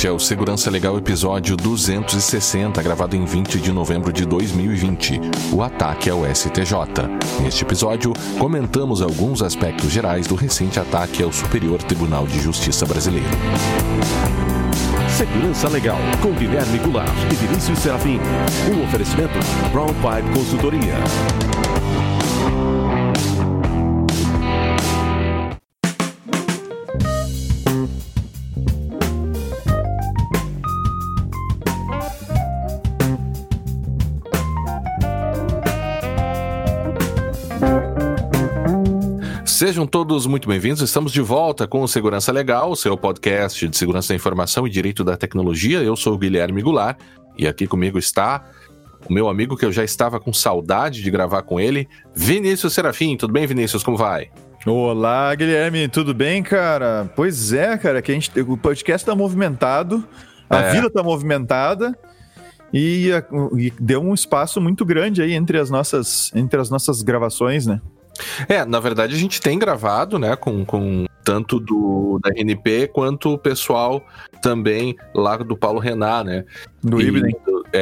Este é o Segurança Legal episódio 260, gravado em 20 de novembro de 2020, o ataque ao STJ. Neste episódio, comentamos alguns aspectos gerais do recente ataque ao Superior Tribunal de Justiça brasileiro. Segurança Legal, com Guilherme Goulart e Vinícius Serafim. Um oferecimento Brown Pipe Consultoria. Sejam todos muito bem-vindos, estamos de volta com o Segurança Legal, seu podcast de segurança da informação e direito da tecnologia. Eu sou o Guilherme Goulart e aqui comigo está o meu amigo que eu já estava com saudade de gravar com ele, Vinícius Serafim. Tudo bem, Vinícius? Como vai? Olá, Guilherme, tudo bem, cara? Pois é, cara, que o podcast tá movimentado, a vida tá movimentada e deu um espaço muito grande aí entre as nossas gravações, né? Na verdade a gente tem gravado, né, com tanto da RNP quanto o pessoal também lá do Paulo Renat, né? Do Ibden.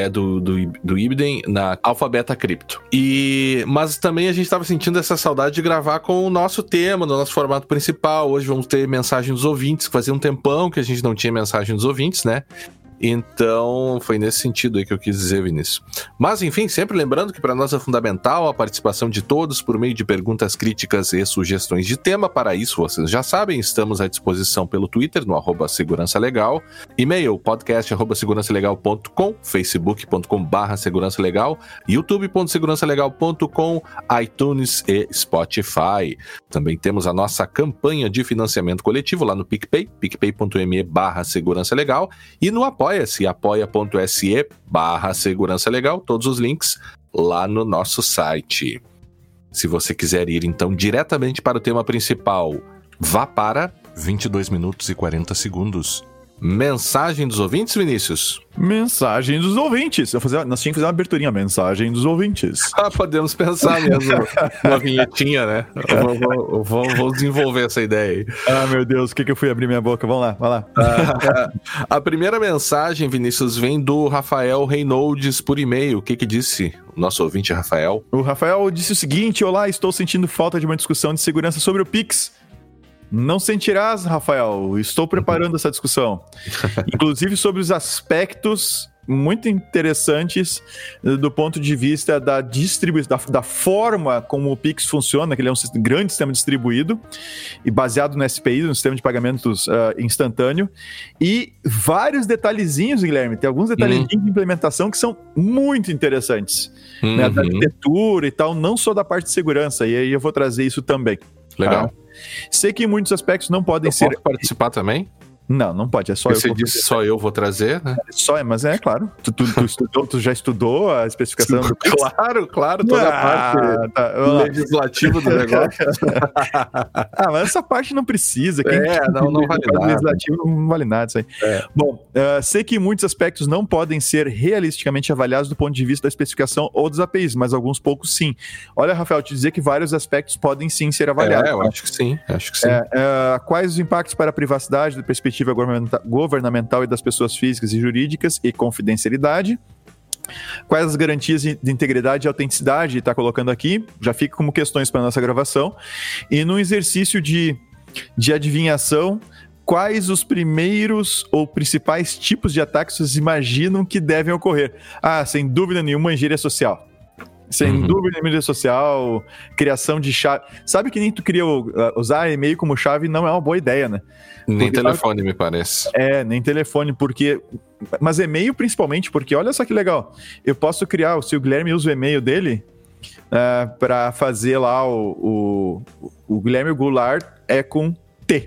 Do Ibden na Alphabeta Crypto. Mas também a gente estava sentindo essa saudade de gravar com o nosso tema, no nosso formato principal. Hoje vamos ter mensagem dos ouvintes, que fazia um tempão que a gente não tinha mensagem dos ouvintes, né? Então, foi nesse sentido aí que eu quis dizer, Vinícius. Mas, enfim, sempre lembrando que para nós é fundamental a participação de todos por meio de perguntas, críticas e sugestões de tema. Para isso, vocês já sabem, estamos à disposição pelo Twitter, no @segurançalegal, e-mail podcast@segurançalegal.com, facebook.com/segurançalegal, youtube.segurançalegal.com, iTunes e Spotify. Também temos a nossa campanha de financiamento coletivo lá no PicPay, picpay.me/segurançalegal, e no Apoia-se, apoia.se/Segurança Legal, todos os links lá no nosso site. Se você quiser ir, então, diretamente para o tema principal, vá para 22 minutos e 40 segundos. Mensagem dos ouvintes, Vinícius? Mensagem dos ouvintes. Nós tínhamos que fazer uma aberturinha. Mensagem dos ouvintes. Podemos pensar mesmo uma vinhetinha, né? Vou desenvolver essa ideia aí. Meu Deus, o que eu fui abrir minha boca? Vamos lá, vai lá. A primeira mensagem, Vinícius, vem do Rafael Reynolds por e-mail. O que disse o nosso ouvinte, Rafael? O Rafael disse o seguinte: olá, estou sentindo falta de uma discussão de segurança sobre o Pix. Não sentirás, Rafael, estou preparando essa discussão. Inclusive sobre os aspectos muito interessantes do ponto de vista da distribuição, da forma como o Pix funciona, que ele é um grande sistema distribuído e baseado no SPI, no sistema de pagamentos instantâneo, e vários detalhezinhos, Guilherme, tem alguns detalhezinhos de implementação que são muito interessantes, né, da arquitetura e tal, não só da parte de segurança, e aí eu vou trazer isso também. Legal. Sei que muitos aspectos não podem ser... Posso participar também? Não pode, é só Você disse só eu vou trazer, né? Mas é claro, tu já estudou a especificação do Pix? Claro, toda a parte legislativa do negócio. Mas essa parte não precisa. Não vale nada. Legislativo não vale nada isso aí. Bom, sei que muitos aspectos não podem ser realisticamente avaliados do ponto de vista da especificação ou dos APIs, mas alguns poucos sim. Olha, Rafael, te dizer que vários aspectos podem sim ser avaliados. Eu acho que sim. Quais os impactos para a privacidade da perspectiva governamental e das pessoas físicas e jurídicas e confidencialidade? Quais as garantias de integridade e autenticidade? Está colocando aqui, já fica como questões para a nossa gravação. E no exercício de adivinhação, quais os primeiros ou principais tipos de ataques vocês imaginam que devem ocorrer? Sem dúvida nenhuma, engenharia social. Sem dúvida, mídia social, criação de chave. Sabe que nem tu queria usar e-mail como chave não é uma boa ideia, né? Nem telefone, me parece. Nem telefone, porque... Mas e-mail principalmente, porque olha só que legal. Eu posso criar, se o Guilherme usa o e-mail dele, para fazer lá o Guilherme Goulart é com T.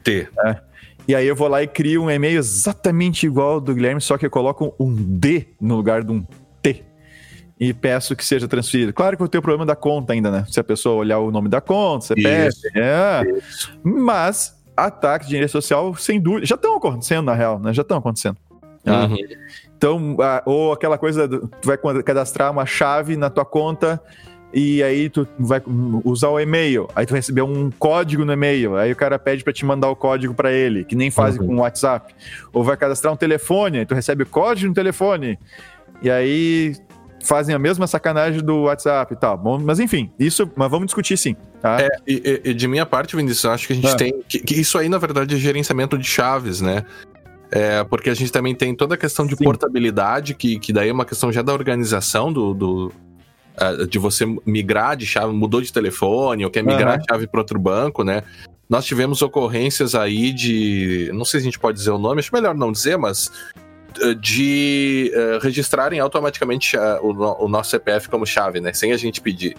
E aí eu vou lá e crio um e-mail exatamente igual ao do Guilherme, só que eu coloco um D no lugar de um T. E peço que seja transferido. Claro que eu tenho o problema da conta ainda, né? Se a pessoa olhar o nome da conta, CPF... Isso. Mas ataques de engenharia social, sem dúvida, já estão acontecendo, na real, né? Já estão acontecendo. Então, ou aquela coisa, tu vai cadastrar uma chave na tua conta e aí tu vai usar o e-mail, aí tu vai receber um código no e-mail, aí o cara pede pra te mandar o código pra ele, que nem fazem com o WhatsApp. Ou vai cadastrar um telefone, aí tu recebe o código no telefone, e aí fazem a mesma sacanagem do WhatsApp e tal. Bom, mas enfim, mas vamos discutir sim. Tá? E de minha parte, Vinícius, eu acho que a gente tem... Que isso aí, na verdade, é gerenciamento de chaves, né? Porque a gente também tem toda a questão de portabilidade, que daí é uma questão já da organização de você migrar de chave, mudou de telefone, ou quer migrar de chave para outro banco, né? Nós tivemos ocorrências aí de... Não sei se a gente pode dizer o nome, acho melhor não dizer, mas... de registrarem automaticamente o nosso CPF como chave, né? Sem a gente pedir.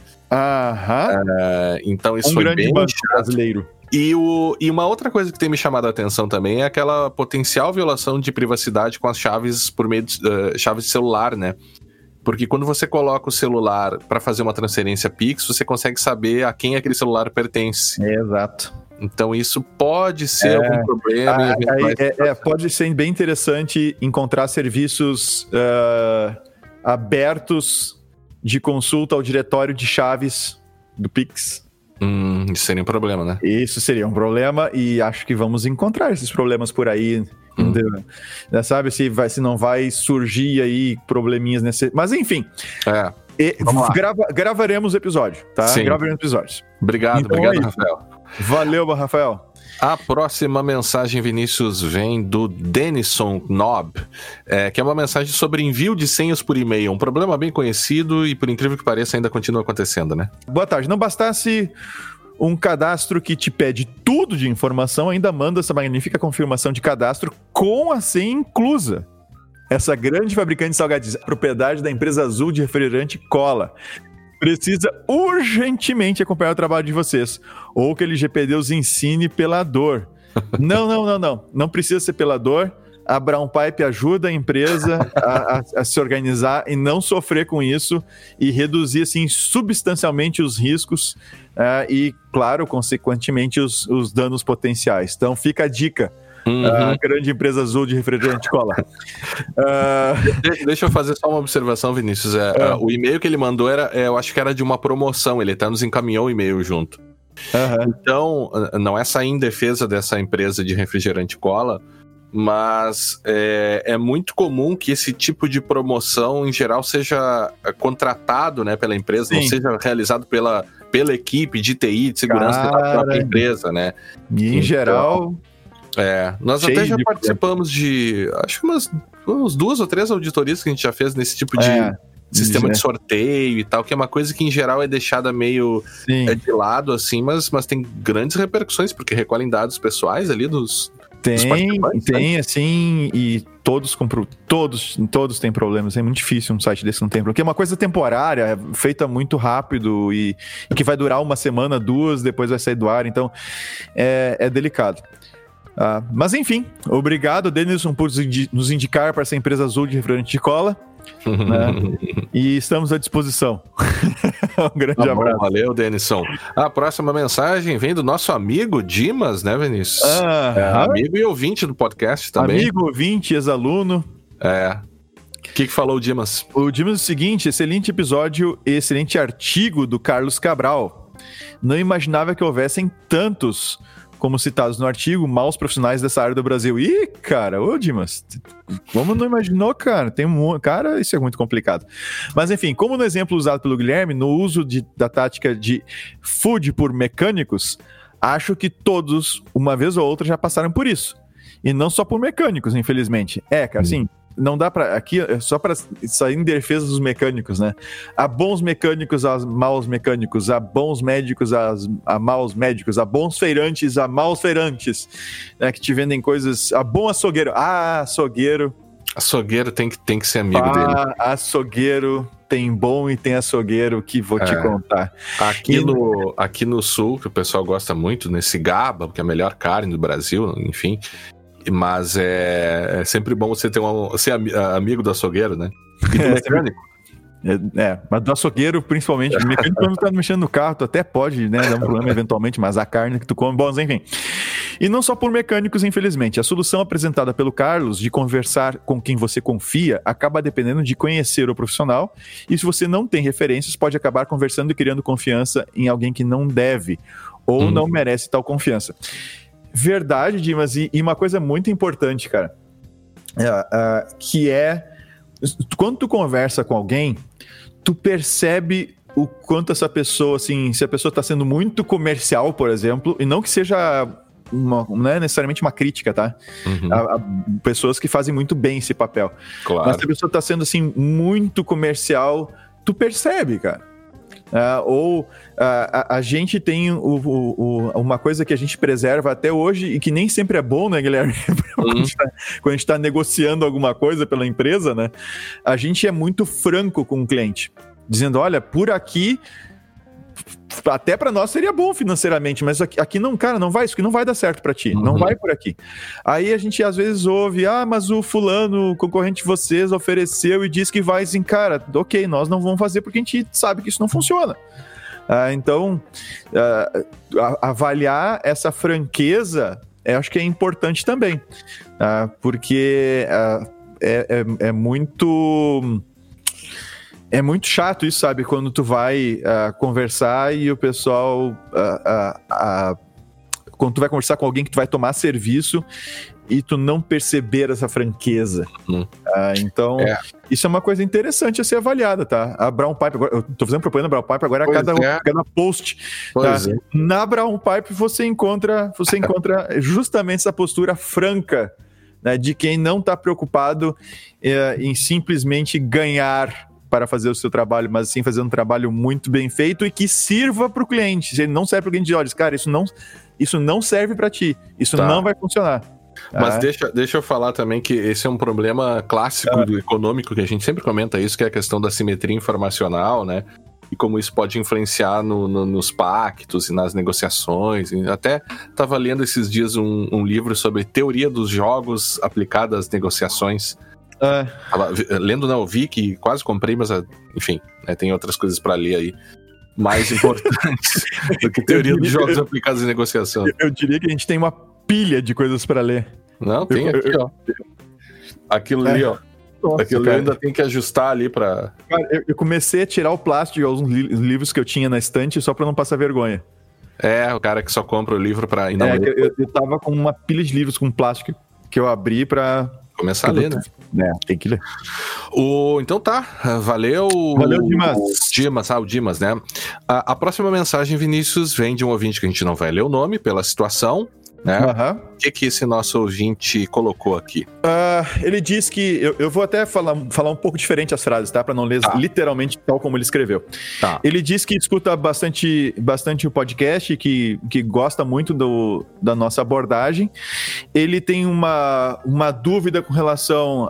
Então isso foi bem banco brasileiro. E uma outra coisa que tem me chamado a atenção também é aquela potencial violação de privacidade com as chaves por meio de chaves de celular, né? Porque quando você coloca o celular para fazer uma transferência Pix, você consegue saber a quem aquele celular pertence. Exato. Então isso pode ser algum problema. Pode ser bem interessante encontrar serviços abertos de consulta ao diretório de chaves do Pix. Isso seria um problema, né? Isso seria um problema e acho que vamos encontrar esses problemas por aí. Sabe, se não vai surgir aí probleminhas nesse... Mas enfim... gravaremos o episódio, tá? Sim. Gravaremos episódios. Obrigado, Rafael. Valeu, Rafael. A próxima mensagem, Vinícius, vem do Denison Nob, que é uma mensagem sobre envio de senhas por e-mail. Um problema bem conhecido e, por incrível que pareça, ainda continua acontecendo, né? Boa tarde. Não bastasse um cadastro que te pede tudo de informação, ainda manda essa magnífica confirmação de cadastro com a senha inclusa. Essa grande fabricante de salgadinhos, propriedade da empresa Azul de refrigerante Cola, precisa urgentemente acompanhar o trabalho de vocês, ou que o LGPD os ensine pela dor. Não precisa ser pela dor. A Brown Pipe ajuda a empresa a se organizar e não sofrer com isso e reduzir assim, substancialmente os riscos e, claro, consequentemente, os danos potenciais. Então, fica a dica. A grande empresa Azul de refrigerante Cola. Deixa eu fazer só uma observação, Vinícius. O e-mail que ele mandou eu acho que era de uma promoção. Ele até nos encaminhou o e-mail junto. Então, não é sair em defesa dessa empresa de refrigerante Cola, mas é muito comum que esse tipo de promoção, em geral, seja contratado, né, pela empresa, não seja realizado pela equipe de TI, de segurança da própria empresa, né? E, em geral... nós até já participamos de, acho que umas 2 ou 3 auditorias que a gente já fez nesse tipo de sistema de sorteio e tal, que é uma coisa que em geral é deixada meio de lado, assim, mas tem grandes repercussões, porque recolhem dados pessoais ali dos participantes. Tem, assim, e todos têm problemas, é muito difícil um site desse não tem, porque é uma coisa temporária, feita muito rápido e que vai durar 1 semana, 2, depois vai sair do ar, então é delicado. Mas enfim, obrigado, Denison, por nos indicar para essa empresa Azul de refrigerante de cola. Né? E estamos à disposição. Um grande abraço. Valeu, Denison. A próxima mensagem vem do nosso amigo Dimas, né, Vinícius? Amigo e ouvinte do podcast também. Amigo, ouvinte, ex-aluno. O que falou o Dimas? O Dimas é o seguinte: excelente episódio, excelente artigo do Carlos Cabral. Não imaginava que houvessem tantos como citados no artigo, maus profissionais dessa área do Brasil. Ih, cara, ô Dimas, como não imaginou, cara? Cara, isso é muito complicado. Mas enfim, como no exemplo usado pelo Guilherme, no uso da tática de food por mecânicos, acho que todos, uma vez ou outra, já passaram por isso. E não só por mecânicos, infelizmente. Cara, assim, não dá pra... Aqui é só pra sair em defesa dos mecânicos, né? Há bons mecânicos, há maus mecânicos, há bons médicos, há maus médicos, há bons feirantes, há maus feirantes, né? Que te vendem coisas... Há bom açougueiro. Açougueiro. Açougueiro tem que ser amigo dele. Açougueiro... Tem bom e tem açougueiro que vou te contar. Aqui no sul, que o pessoal gosta muito, nesse Gaba, que é a melhor carne do Brasil, enfim... Mas é sempre bom você ser amigo do açougueiro, né? E do mecânico. Mas do açougueiro, principalmente. O mecânico, quando tá mexendo no carro, tu até pode, né, dar um problema eventualmente, mas a carne que tu come, bom, enfim. E não só por mecânicos, infelizmente. A solução apresentada pelo Carlos de conversar com quem você confia acaba dependendo de conhecer o profissional, e se você não tem referências, pode acabar conversando e criando confiança em alguém que não deve ou não merece tal confiança. Verdade, Dimas, e uma coisa muito importante, cara, que é, quando tu conversa com alguém, tu percebe o quanto essa pessoa, assim, se a pessoa está sendo muito comercial, por exemplo, e não que seja não é necessariamente uma crítica, tá? Há pessoas que fazem muito bem esse papel. Claro. Mas se a pessoa está sendo, assim, muito comercial, tu percebe, cara. A gente tem uma coisa que a gente preserva até hoje e que nem sempre é bom, né, Guilherme? Quando a gente está negociando alguma coisa pela empresa, né? A gente é muito franco com o cliente, dizendo, olha, por aqui, até para nós seria bom financeiramente, mas aqui não, cara, não vai, isso aqui não vai dar certo para ti, não vai por aqui. Aí a gente às vezes ouve, mas o fulano, o concorrente de vocês, ofereceu e disse que vai, assim, cara, ok, nós não vamos fazer porque a gente sabe que isso não funciona. Então, avaliar essa franqueza, eu acho que é importante também, porque é muito chato isso, sabe? Quando tu vai conversar e o pessoal... quando tu vai conversar com alguém que tu vai tomar serviço e tu não perceber essa franqueza. Então, isso é uma coisa interessante a ser avaliada, tá? A Brown Pipe, agora, eu tô fazendo propaganda da Brown Pipe agora cada post. Tá? Na Brown Pipe você encontra justamente essa postura franca, né, de quem não tá preocupado em simplesmente ganhar para fazer o seu trabalho, mas sim fazer um trabalho muito bem feito e que sirva para o cliente. Se ele não serve para o cliente, olha, cara, isso não serve para ti, isso não vai funcionar. Mas deixa eu falar também que esse é um problema clássico do econômico, que a gente sempre comenta isso, que é a questão da simetria informacional, né? E como isso pode influenciar nos pactos e nas negociações. E até estava lendo esses dias um livro sobre teoria dos jogos aplicada às negociações. Lendo, não, eu vi que quase comprei, mas enfim, né, tem outras coisas para ler aí mais importantes do que teoria dos jogos aplicados em negociação. Eu diria que a gente tem uma pilha de coisas para ler. Não, tem aqui, ó. Aquilo ali, ó. Nossa, aquilo ainda tem que ajustar ali pra... Cara, eu comecei a tirar o plástico de alguns livros que eu tinha na estante só pra não passar vergonha. O cara que só compra o livro pra... Eu tava com uma pilha de livros com plástico que eu abri pra... começar a ler, né? Tem que ler. Então tá, valeu. Valeu, Dimas. O Dimas, né? A próxima mensagem, Vinícius, vem de um ouvinte que a gente não vai ler o nome pela situação, né? O que esse nosso ouvinte colocou aqui? Ele diz que... Eu vou até falar um pouco diferente as frases, tá? Pra não ler literalmente tal como ele escreveu. Ele diz que escuta bastante o podcast, que gosta muito da nossa abordagem. Ele tem uma dúvida com relação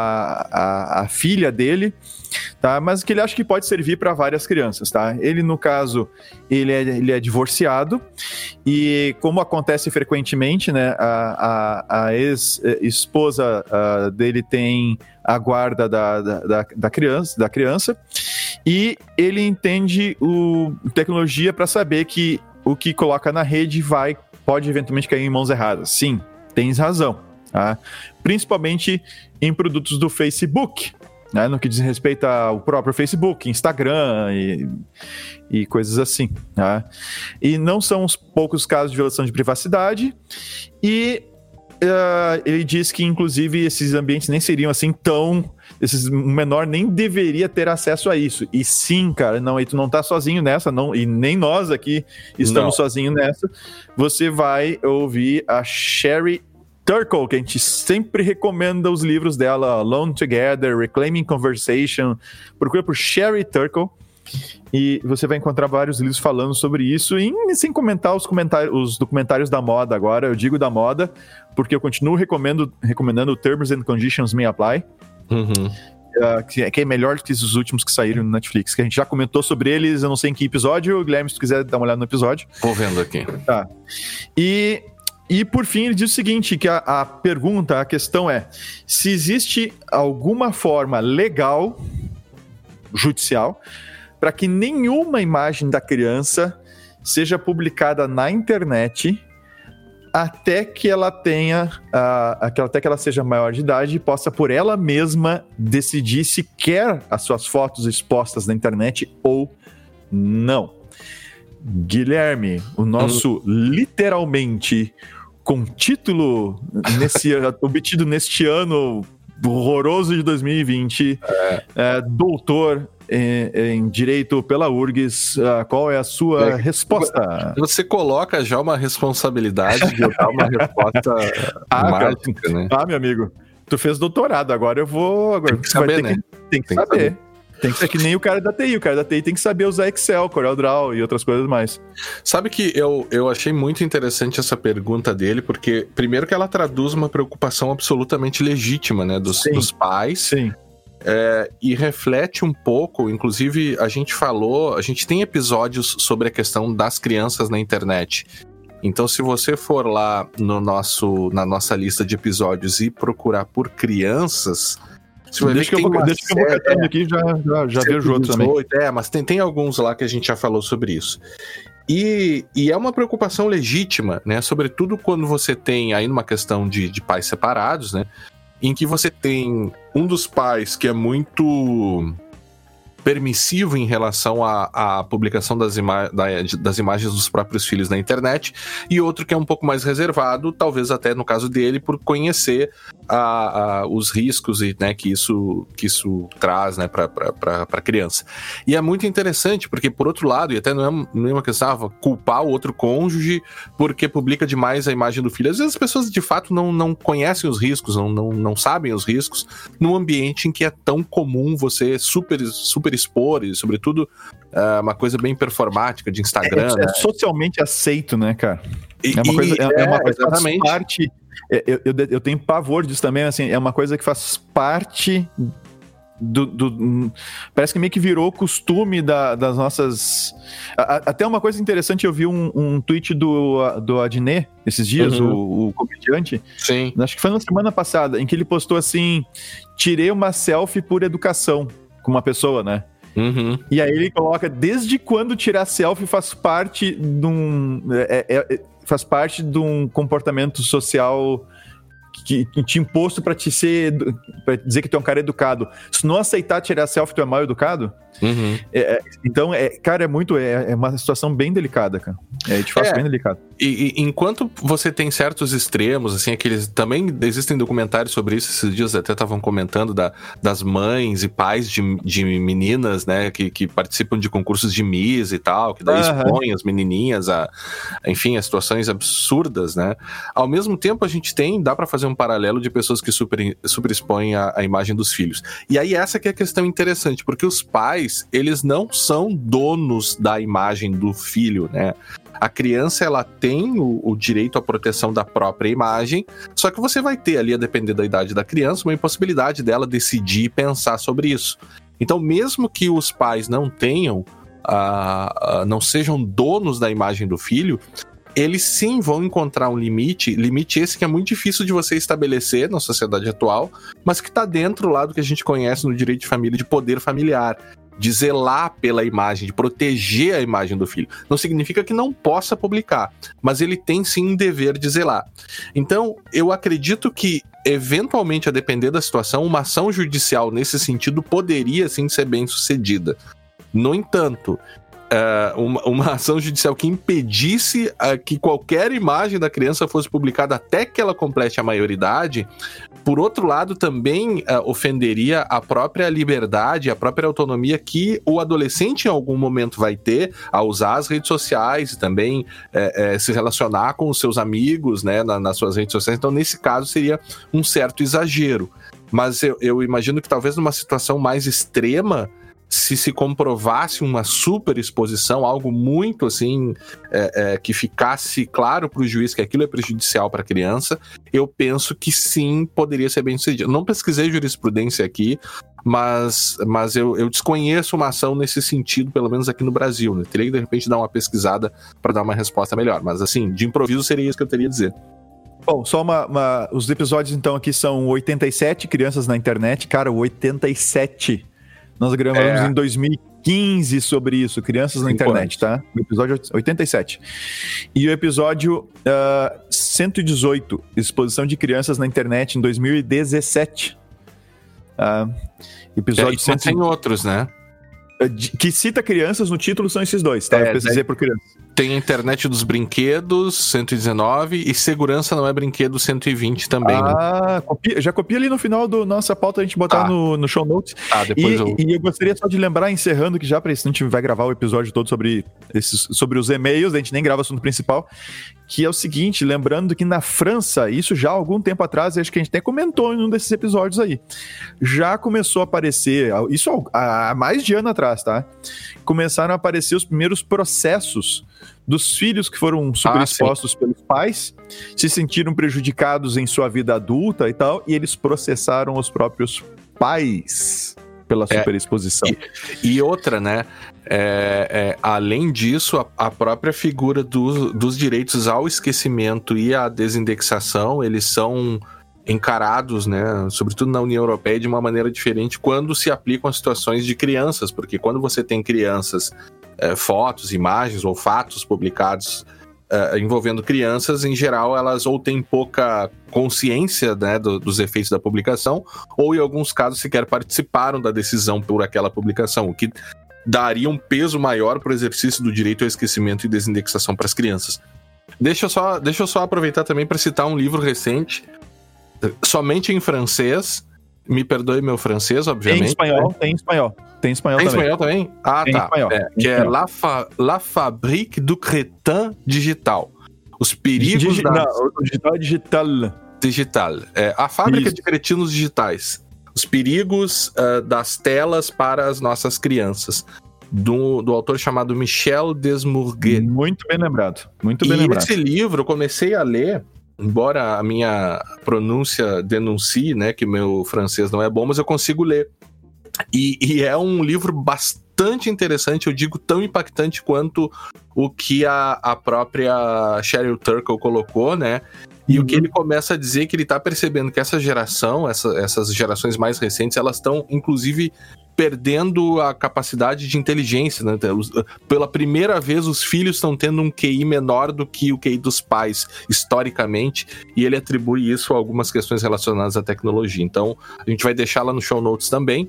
à filha dele, tá? Mas que ele acha que pode servir para várias crianças, tá? Ele, no caso, ele é divorciado e, como acontece frequentemente, né, a ex-esposa dele tem a guarda da criança e ele entende tecnologia para saber que o que coloca na rede pode eventualmente cair em mãos erradas. Sim, tens razão, tá? Principalmente em produtos do Facebook, né, no que diz respeito ao próprio Facebook, Instagram e coisas assim. Tá? E não são os poucos casos de violação de privacidade. E ele diz que, inclusive, esses ambientes nem seriam assim tão... O menor nem deveria ter acesso a isso. E sim, cara, e tu não tá sozinho nessa, não, e nem nós aqui estamos sozinhos nessa. Você vai ouvir a Sherry Turkle, que a gente sempre recomenda os livros dela, Alone Together, Reclaiming Conversation. Procura por Sherry Turkle e você vai encontrar vários livros falando sobre isso, e sem comentar os documentários da moda agora. Eu digo da moda porque eu continuo recomendando Terms and Conditions May Apply, que é melhor que os últimos que saíram no Netflix, que a gente já comentou sobre eles, eu não sei em que episódio. Guilherme, se tu quiser dar uma olhada no episódio. Vou vendo aqui. Tá. E por fim, ele diz o seguinte, que a questão é, se existe alguma forma legal, judicial, para que nenhuma imagem da criança seja publicada na internet até que ela tenha, até que ela seja maior de idade e possa por ela mesma decidir se quer as suas fotos expostas na internet ou não. Guilherme, o nosso literalmente com título obtido neste ano horroroso de 2020, doutor em Direito pela URGS, qual é a sua resposta? Você coloca já uma responsabilidade de eu dar uma resposta mágica, né? Meu amigo, tu fez doutorado, agora eu vou... Agora tem que saber, né? Tem que saber. Tem que ser que nem o cara da TI. O cara da TI tem que saber usar Excel, CorelDRAW e outras coisas mais. Sabe que eu achei muito interessante essa pergunta dele, porque primeiro que ela traduz uma preocupação absolutamente legítima, né, dos pais. Sim. E reflete um pouco, inclusive a gente tem episódios sobre a questão das crianças na internet. Então, se você for lá na nossa lista de episódios e procurar por crianças... Deixa que eu vou catando aqui, já vejo outros também. Mas tem alguns lá que a gente já falou sobre isso. E é uma preocupação legítima, né? Sobretudo quando você tem aí numa questão de pais separados, né? Em que você tem um dos pais que é muito permissivo em relação à publicação das imagens dos próprios filhos na internet, e outro que é um pouco mais reservado, talvez até no caso dele, por conhecer os riscos né, que isso traz, né, para a criança. E é muito interessante, porque por outro lado, e até não é uma questão culpar o outro cônjuge porque publica demais a imagem do filho. Às vezes as pessoas de fato não conhecem os riscos, não sabem os riscos, num ambiente em que é tão comum você super expor, e sobretudo uma coisa bem performática de Instagram. É socialmente aceito, né, cara? Uma coisa que faz parte... Eu tenho pavor disso também, assim, é uma coisa que faz parte parece que meio que virou costume das nossas... Até uma coisa interessante, eu vi um tweet do Adnet esses dias, o comediante. Sim. Acho que foi na semana passada, em que ele postou assim: tirei uma selfie por educação com uma pessoa, né? E aí ele coloca, desde quando tirar selfie faz parte de um comportamento social que te imposto pra dizer que tu é um cara educado. Se não aceitar tirar selfie, tu é mal educado? Então, cara, é uma situação bem delicada, cara. De fato, bem delicado. E enquanto você tem certos extremos, assim, aqueles também existem documentários sobre isso, esses dias até estavam comentando das mães e pais de meninas, né, que participam de concursos de Miss e tal, que daí expõem as menininhas enfim, a situações absurdas, né? Ao mesmo tempo, a gente dá pra fazer um paralelo de pessoas que super expõem a imagem dos filhos. E aí essa que é a questão interessante, porque os pais, eles não são donos da imagem do filho, né? A criança, ela tem o direito à proteção da própria imagem, só que você vai ter ali, a depender da idade da criança, uma impossibilidade dela decidir e pensar sobre isso. Então, mesmo que os pais não tenham, não sejam donos da imagem do filho, eles sim vão encontrar um limite esse que é muito difícil de você estabelecer na sociedade atual, mas que está dentro lá do que a gente conhece no direito de família, de poder familiar, de zelar pela imagem, de proteger a imagem do filho. Não significa que não possa publicar, mas ele tem sim um dever de zelar. Então, eu acredito que, eventualmente, a depender da situação, uma ação judicial nesse sentido poderia sim ser bem sucedida. No entanto, uma ação judicial que impedisse que qualquer imagem da criança fosse publicada até que ela complete a maioridade, por outro lado, também ofenderia a própria liberdade, a própria autonomia que o adolescente em algum momento vai ter a usar as redes sociais e também se relacionar com os seus amigos, né, nas suas redes sociais. Então, nesse caso, seria um certo exagero. Mas eu imagino que talvez numa situação mais extrema, se comprovasse uma super exposição, algo muito assim, que ficasse claro para o juiz que aquilo é prejudicial para a criança, eu penso que sim, poderia ser bem sucedido. Não pesquisei jurisprudência aqui, mas eu desconheço uma ação nesse sentido, pelo menos aqui no Brasil, né? Teria que de repente dar uma pesquisada para dar uma resposta melhor, mas assim, de improviso seria isso que eu teria a dizer. Bom, só os episódios então aqui são 87 crianças na internet, cara, 87. Nós gravamos em 15 sobre isso, crianças na internet, tá? O episódio 87. E o episódio 118, exposição de crianças na internet em 2017. Episódio Mas tem outros, né? Que cita crianças no título são esses dois, tá? Eu pesquisei por crianças. Tem a internet dos brinquedos, 119, e segurança não é brinquedo, 120 também. Já copia ali no final da nossa pauta, a gente botar no show notes. Depois e eu gostaria só de lembrar, encerrando, que já pra isso a gente vai gravar o episódio todo sobre os e-mails, a gente nem grava o assunto principal, que é o seguinte, lembrando que na França, isso já há algum tempo atrás, acho que a gente até comentou em um desses episódios aí, já começou a aparecer, isso há mais de ano atrás, tá? Começaram a aparecer os primeiros processos dos filhos que foram superexpostos pelos pais, se sentiram prejudicados em sua vida adulta e tal, e eles processaram os próprios pais pela superexposição. E outra, né? Além disso, a própria figura dos direitos ao esquecimento e à desindexação, eles são encarados, né, sobretudo na União Europeia, de uma maneira diferente quando se aplicam a situações de crianças, porque quando você tem crianças, fotos, imagens ou fatos publicados envolvendo crianças, em geral elas ou têm pouca consciência, né, dos efeitos da publicação, ou em alguns casos sequer participaram da decisão por aquela publicação, o que daria um peso maior para o exercício do direito ao esquecimento e desindexação para as crianças. Deixa eu só aproveitar também para citar um livro recente, somente em francês, me perdoe meu francês, obviamente. Tem espanhol também. Espanhol também? Tem tá. Espanhol. Que é La Fabrique du Crétin Digital. Os perigos da... o digital é digital. A fábrica de cretinos digitais. Os perigos das telas para as nossas crianças. Do autor chamado Michel Desmourguet. Muito bem lembrado. Esse livro eu comecei a ler, embora a minha pronúncia denuncie, né, que meu francês não é bom, mas eu consigo ler. E é um livro bastante interessante, eu digo tão impactante quanto o que a própria Sheryl Turkle colocou, né? E o que ele começa a dizer que ele está percebendo que essa geração, essas gerações mais recentes, elas estão, inclusive, perdendo a capacidade de inteligência, né? Pela primeira vez, os filhos estão tendo um QI menor do que o QI dos pais, historicamente, e ele atribui isso a algumas questões relacionadas à tecnologia. Então, a gente vai deixar lá no show notes também.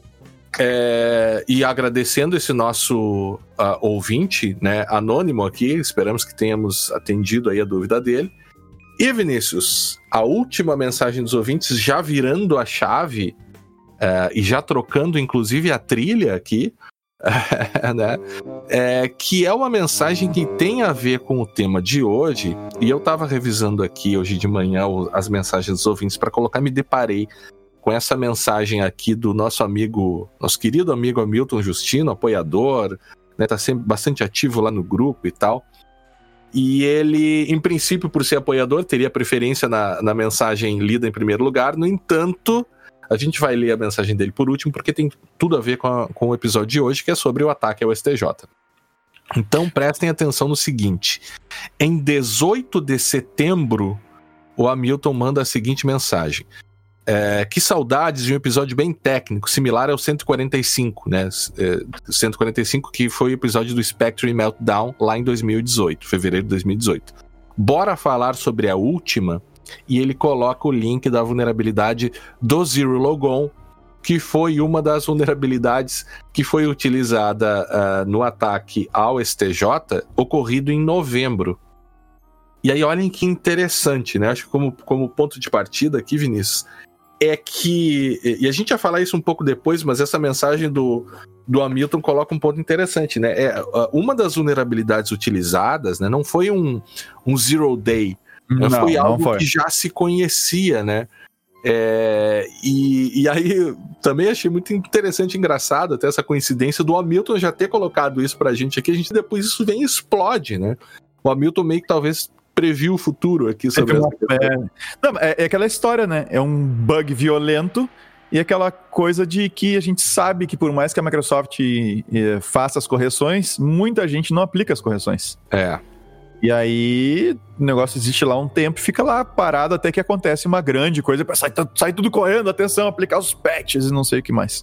E agradecendo esse nosso ouvinte, né, anônimo aqui, esperamos que tenhamos atendido aí a dúvida dele. E, Vinícius, a última mensagem dos ouvintes, já virando a chave e já trocando, inclusive, a trilha aqui, né? Que é uma mensagem que tem a ver com o tema de hoje, e eu estava revisando aqui hoje de manhã as mensagens dos ouvintes para colocar, me deparei com essa mensagem aqui do nosso querido amigo Hamilton Justino, apoiador, né? Tá sempre bastante ativo lá no grupo e tal. E ele, em princípio, por ser apoiador, teria preferência na mensagem lida em primeiro lugar. No entanto, a gente vai ler a mensagem dele por último, porque tem tudo a ver com o episódio de hoje, que é sobre o ataque ao STJ. Então, prestem atenção no seguinte. Em 18 de setembro, o Hamilton manda a seguinte mensagem. Que saudades de um episódio bem técnico, similar ao 145, né? 145, que foi o episódio do Spectre Meltdown lá em 2018, fevereiro de 2018. Bora falar sobre a última? E ele coloca o link da vulnerabilidade do Zero Logon, que foi uma das vulnerabilidades que foi utilizada no ataque ao STJ, ocorrido em novembro. E aí, olhem que interessante, né? Acho que como ponto de partida aqui, Vinícius, é que, e a gente vai falar isso um pouco depois, mas essa mensagem do Hamilton coloca um ponto interessante, né? Uma das vulnerabilidades utilizadas, né, não foi um zero day, foi algo que já se conhecia, né? E aí também achei muito interessante e engraçado até essa coincidência do Hamilton já ter colocado isso pra gente aqui, a gente depois isso vem e explode, né? O Hamilton meio que talvez previu o futuro aqui sobre essa questão. É aquela história, né? É um bug violento e aquela coisa de que a gente sabe que por mais que a Microsoft faça as correções, muita gente não aplica as correções. E aí o negócio existe lá um tempo e fica lá parado até que acontece uma grande coisa, para sai tudo correndo, atenção, aplicar os patches e não sei o que mais.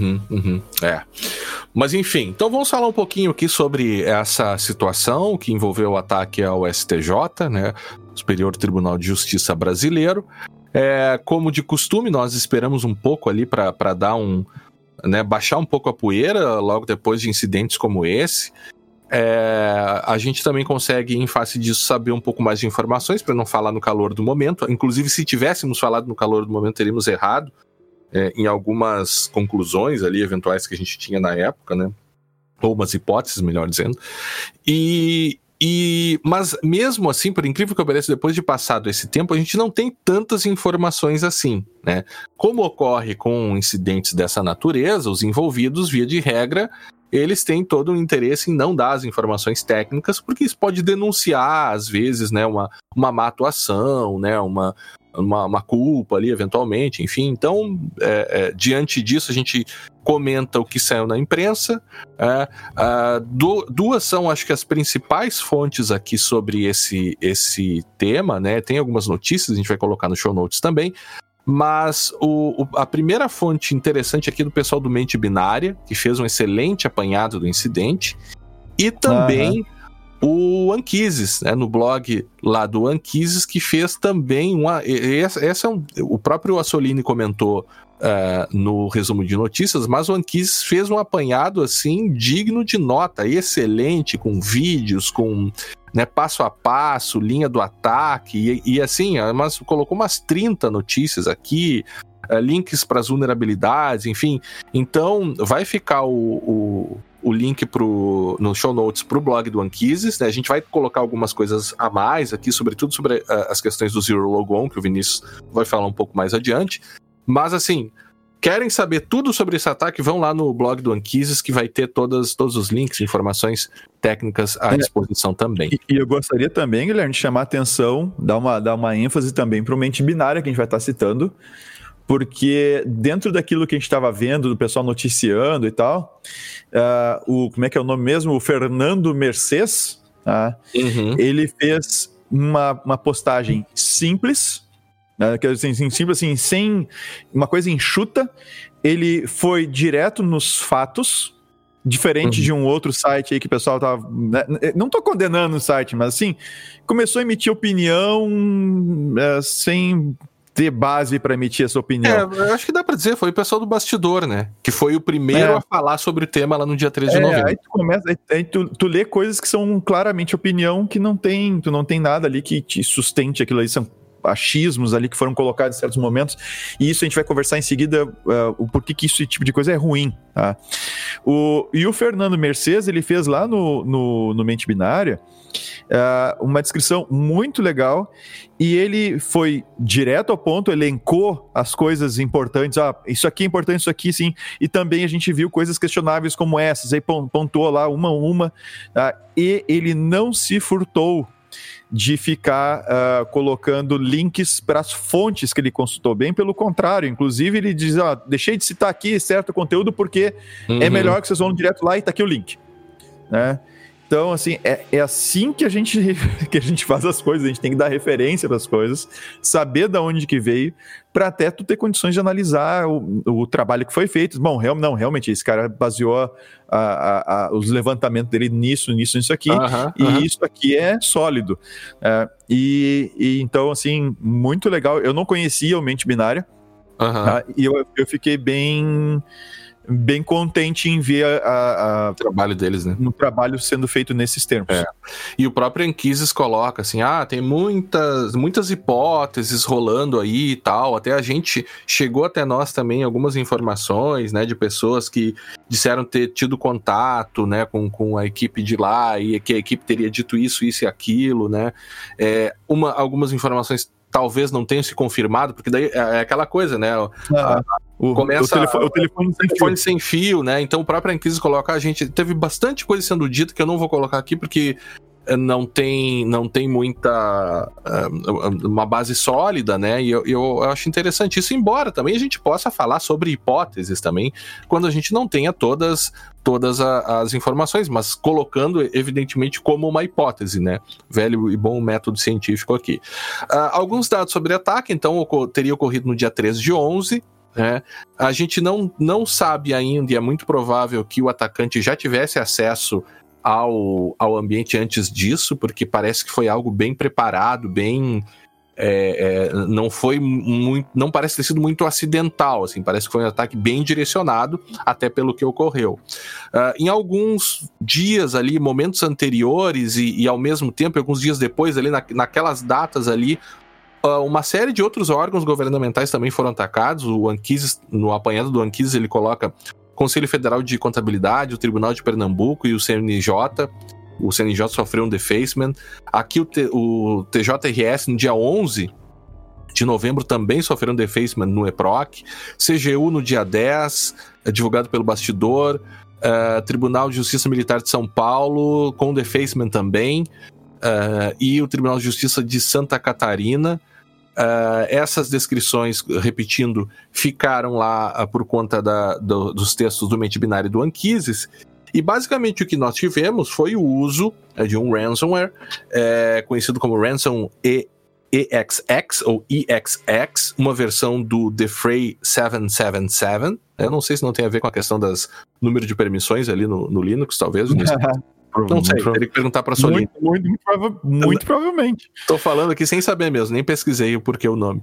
Mas enfim, então vamos falar um pouquinho aqui sobre essa situação que envolveu o ataque ao STJ, né, Superior Tribunal de Justiça Brasileiro. Como de costume, nós esperamos um pouco ali para dar baixar um pouco a poeira logo depois de incidentes como esse. A gente também consegue, em face disso, saber um pouco mais de informações para não falar no calor do momento. Inclusive, se tivéssemos falado no calor do momento, teríamos errado em algumas conclusões ali eventuais que a gente tinha na época, né? Ou umas hipóteses, melhor dizendo. Mas mesmo assim, por incrível que pareça, depois de passado esse tempo, a gente não tem tantas informações assim, né? Como ocorre com incidentes dessa natureza, os envolvidos, via de regra, eles têm todo o interesse em não dar as informações técnicas, porque isso pode denunciar, às vezes, né, uma má atuação, né, uma culpa ali, eventualmente, enfim. Então, diante disso, a gente comenta o que saiu na imprensa. Duas são, acho que, as principais fontes aqui sobre esse tema, né? Tem algumas notícias, a gente vai colocar no show notes também. Mas a primeira fonte interessante aqui é do pessoal do Mente Binária, que fez um excelente apanhado do incidente, e também o Anquises, né, no blog lá do Anquises, que fez também o próprio Assolini comentou no resumo de notícias, mas o Anquises fez um apanhado assim digno de nota, excelente, com vídeos, com, né, passo a passo, linha do ataque, e assim, mas colocou umas 30 notícias aqui, links para as vulnerabilidades, enfim. Então vai ficar o link no show notes para o blog do Anquises, né? A gente vai colocar algumas coisas a mais aqui, sobretudo sobre as questões do Zero Logon, que o Vinícius vai falar um pouco mais adiante. Mas assim, querem saber tudo sobre esse ataque, vão lá no blog do Anquises, que vai ter todos os links, informações técnicas à disposição também. E eu gostaria também, Guilherme, de chamar a atenção, dar uma ênfase também para o Mente Binária, que a gente vai estar citando, porque dentro daquilo que a gente estava vendo, do pessoal noticiando e tal, como é que é o nome mesmo? O Fernando Mercês, ele fez uma postagem simples, simples assim, sem uma coisa enxuta. Ele foi direto nos fatos, diferente de um outro site aí que o pessoal tava, né, não tô condenando o site, mas assim, começou a emitir opinião sem ter base para emitir essa opinião. Eu acho que dá para dizer, foi o pessoal do bastidor, né, que foi o primeiro a falar sobre o tema lá no dia 13 de novembro. Aí tu lê coisas que são claramente opinião, que tu não tem nada ali que te sustente aquilo aí, são achismos ali que foram colocados em certos momentos, e isso a gente vai conversar em seguida, o porquê que esse tipo de coisa é ruim, tá? E o Fernando Mercês, ele fez lá no Mente Binária uma descrição muito legal, e ele foi direto ao ponto, elencou as coisas importantes, isso aqui é importante, isso aqui sim, e também a gente viu coisas questionáveis como essas, aí pontuou lá uma, e ele não se furtou de ficar colocando links para as fontes que ele consultou, bem pelo contrário, inclusive ele diz, deixei de citar aqui certo conteúdo porque é melhor que vocês vão direto lá e tá aqui o link, né? Então, assim, é assim que a gente faz as coisas, a gente tem que dar referência para as coisas, saber de onde que veio, para até tu ter condições de analisar o trabalho que foi feito. Bom, realmente, esse cara baseou os levantamentos dele nisso aqui, e isso aqui é sólido. Então, assim, muito legal. Eu não conhecia o Mente Binária, e eu fiquei bem contente em ver o trabalho deles, né? Um trabalho sendo feito nesses termos. E o próprio Anquises coloca assim, tem muitas hipóteses rolando aí e tal, até a gente chegou até nós também algumas informações, né, de pessoas que disseram ter tido contato, né, com a equipe de lá, e que a equipe teria dito isso e aquilo, né, algumas informações talvez não tenham se confirmado, porque daí é aquela coisa, né? Começa o telefone sem fio, né? Então o próprio Anquises coloca, a gente teve bastante coisa sendo dita que eu não vou colocar aqui porque não tem muita uma base sólida, né? E eu acho interessante isso, embora também a gente possa falar sobre hipóteses também, quando a gente não tenha todas as informações, mas colocando evidentemente como uma hipótese, né? Velho e bom método científico aqui. Alguns dados sobre ataque, então, teria ocorrido no dia 13 de 11, né? A gente não sabe ainda, e é muito provável que o atacante já tivesse acesso ao ambiente antes disso, porque parece que foi algo bem preparado, bem... não foi muito, não parece ter sido muito acidental, assim, parece que foi um ataque bem direcionado, até pelo que ocorreu. Em alguns dias ali, momentos anteriores e ao mesmo tempo, alguns dias depois ali, naquelas datas ali, uma série de outros órgãos governamentais também foram atacados. O Anquises, no apanhado do Anquises, ele coloca Conselho Federal de Contabilidade, o Tribunal de Pernambuco e o CNJ. O CNJ sofreu um defacement. Aqui o TJRS, no dia 11 de novembro, também sofreu um defacement no EPROC. CGU, no dia 10, divulgado pelo Bastidor. Tribunal de Justiça Militar de São Paulo, com defacement também. E o Tribunal de Justiça de Santa Catarina. Essas descrições, repetindo, ficaram lá por conta dos textos do mente binário do Anquises. E basicamente o que nós tivemos foi o uso de um ransomware, conhecido como Ransom EXX ou EXX, uma versão do Defray 777. Eu não sei se não tem a ver com a questão das número de permissões ali no Linux, talvez. Não sei, teria que perguntar para a Solinho. Muito provavelmente. Tô falando aqui sem saber mesmo, nem pesquisei o porquê o nome.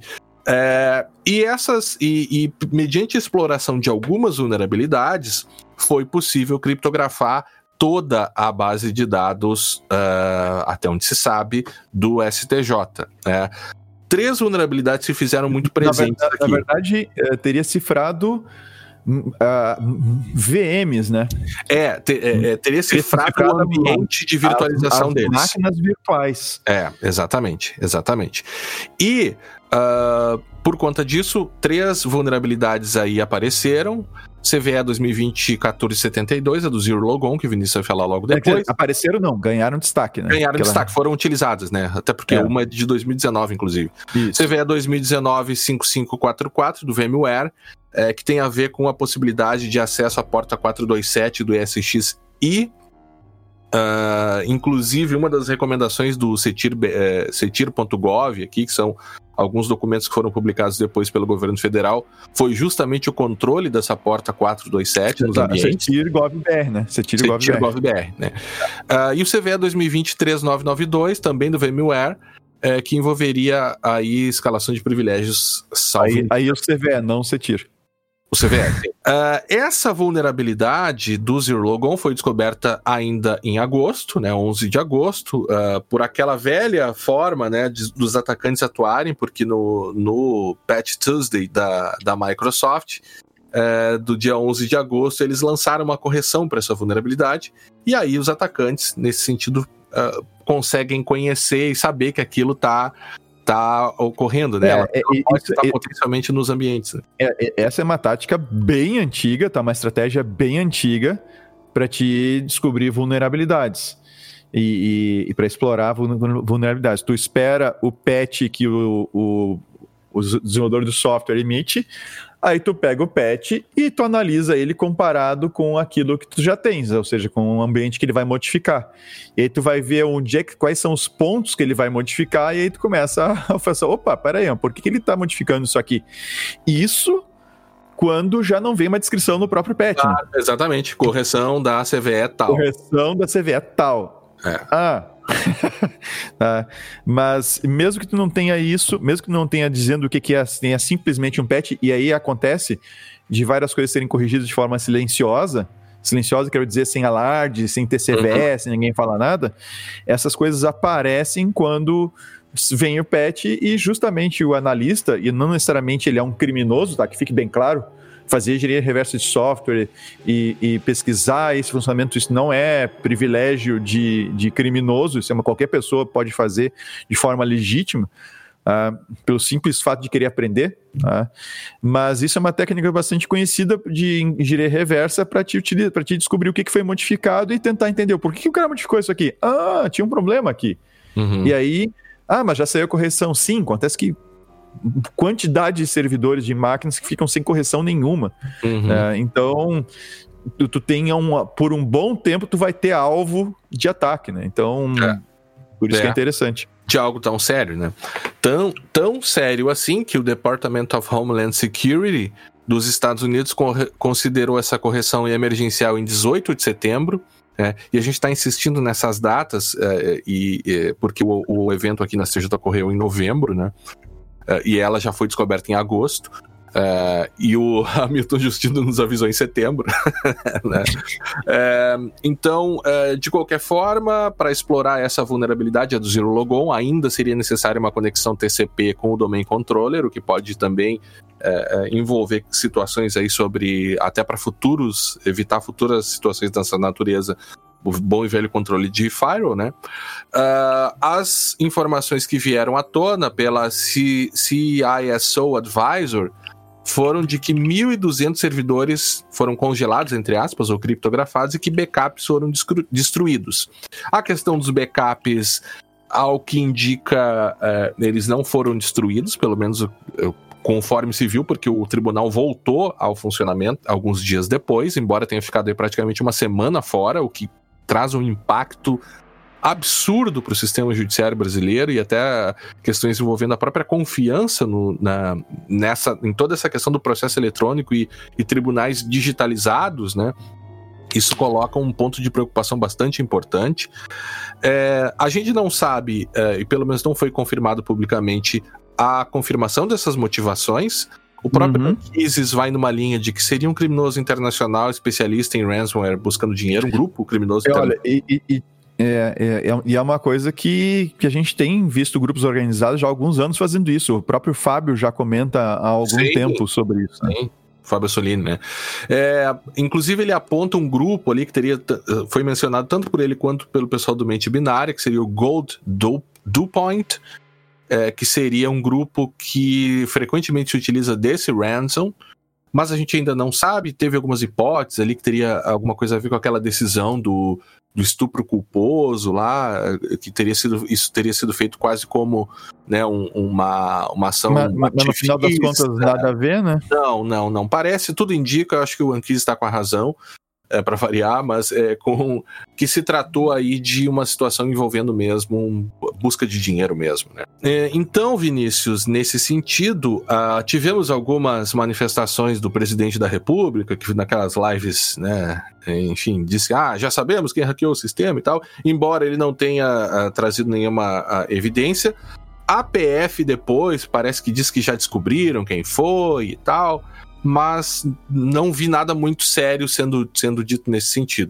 E mediante a exploração de algumas vulnerabilidades, foi possível criptografar toda a base de dados, até onde se sabe, do STJ. 3 vulnerabilidades se fizeram muito presentes aqui. Na verdade, teria cifrado VMs, né? Teria cifrado o ambiente de virtualização deles. Máquinas virtuais. Exatamente. E, por conta disso, 3 vulnerabilidades aí apareceram. CVE 2020-1472, a do Zero Logon, que o Vinícius vai falar logo depois. Apareceram não, ganharam destaque, né? Destaque, foram utilizadas, né? Até porque uma é de 2019, inclusive. Isso. CVE 2019-5544, do VMware, que tem a ver com a possibilidade de acesso à porta 427 do ESXi. Inclusive, uma das recomendações do cetir.gov aqui, que são alguns documentos que foram publicados depois pelo governo federal, foi justamente o controle dessa porta 427 nos ambientes. Cetir.gov.br, né? Cetir.gov.br, né? E o CVE 2020-3992, também do VMware, que envolveria aí escalação de privilégios. Aí o CVE, não o Cetir. O CVE. Essa vulnerabilidade do Zero Logon foi descoberta ainda em agosto, né, 11 de agosto, por aquela velha forma, né, dos atacantes atuarem, porque no Patch Tuesday da Microsoft, do dia 11 de agosto, eles lançaram uma correção para essa vulnerabilidade, e aí os atacantes, nesse sentido, conseguem conhecer e saber que aquilo está ocorrendo, né? Ela pode estar potencialmente nos ambientes. Né? Essa é uma tática bem antiga, tá? Uma estratégia bem antiga para te descobrir vulnerabilidades e para explorar vulnerabilidades. Tu espera o patch que o desenvolvedor do software emite, aí tu pega o patch e tu analisa ele comparado com aquilo que tu já tens, ou seja, com o ambiente que ele vai modificar. E aí tu vai ver quais são os pontos que ele vai modificar, e aí tu começa a falar, opa, peraí, por que ele está modificando isso aqui? Isso quando já não vem uma descrição no próprio patch. Né? Exatamente, correção da CVE tal. Mas mesmo que tu não tenha isso, mesmo que tu não tenha dizendo o que é, tenha simplesmente um patch, e aí acontece de várias coisas serem corrigidas de forma silenciosa, quero dizer sem alarde, sem ter CVE, sem ninguém falar nada, essas coisas aparecem quando vem o patch, e justamente o analista, e não necessariamente ele é um criminoso, tá? Que fique bem claro, fazer engenharia reversa de software e pesquisar esse funcionamento, isso não é privilégio de criminoso, isso qualquer pessoa pode fazer de forma legítima, pelo simples fato de querer aprender. Mas isso é uma técnica bastante conhecida de engenharia reversa para te descobrir o que foi modificado e tentar entender por que o cara modificou isso aqui. Tinha um problema aqui. E aí, mas já saiu a correção. Sim, acontece que quantidade de servidores de máquinas que ficam sem correção nenhuma. Então, tu tem por um bom tempo, tu vai ter alvo de ataque, né? Então, por isso que é interessante. De algo tão sério, né? Tão sério assim que o Department of Homeland Security dos Estados Unidos considerou essa correção emergencial em 18 de setembro. E a gente está insistindo nessas datas, porque o evento aqui na CJ ocorreu em novembro, né? E ela já foi descoberta em agosto. E o Hamilton Justino nos avisou em setembro. Né? Então, de qualquer forma, para explorar essa vulnerabilidade, a do Zero Logon, ainda seria necessária uma conexão TCP com o Domain Controller, o que pode também envolver situações aí até para evitar futuras situações dessa natureza, o bom e velho controle de firewall, né? As informações que vieram à tona pela CISO Advisor foram de que 1.200 servidores foram congelados, entre aspas, ou criptografados, e que backups foram destruídos. A questão dos backups, ao que indica, eles não foram destruídos, pelo menos conforme se viu, porque o tribunal voltou ao funcionamento alguns dias depois, embora tenha ficado aí praticamente uma semana fora, o que traz um impacto absurdo para o sistema judiciário brasileiro e até questões envolvendo a própria confiança em toda essa questão do processo eletrônico e tribunais digitalizados, né? Isso coloca um ponto de preocupação bastante importante. A gente não sabe, e pelo menos não foi confirmado publicamente, a confirmação dessas motivações. O próprio ISIS vai numa linha de que seria um criminoso internacional especialista em ransomware buscando dinheiro, um grupo criminoso internacional. E é uma coisa que a gente tem visto grupos organizados já há alguns anos fazendo isso. O próprio Fábio já comenta há algum tempo sobre isso. Né? Sim. Fábio Assolini, né? Inclusive ele aponta um grupo ali que foi mencionado tanto por ele quanto pelo pessoal do Mente Binária, que seria o Gold DuPont, que seria um grupo que frequentemente se utiliza desse ransom, mas a gente ainda não sabe. Teve algumas hipóteses ali que teria alguma coisa a ver com aquela decisão do estupro culposo lá, que isso teria sido feito quase como, né, uma ação mas no final das contas nada a ver, né? Não parece, tudo indica, eu acho que o Anquis está com a razão, para variar, mas que se tratou aí de uma situação envolvendo mesmo busca de dinheiro mesmo, né? Então, Vinícius, nesse sentido, tivemos algumas manifestações do presidente da República, que naquelas lives, né, enfim, disse que já sabemos quem hackeou o sistema e tal, embora ele não tenha trazido nenhuma evidência. A PF depois parece que diz que já descobriram quem foi e tal, mas não vi nada muito sério sendo dito nesse sentido.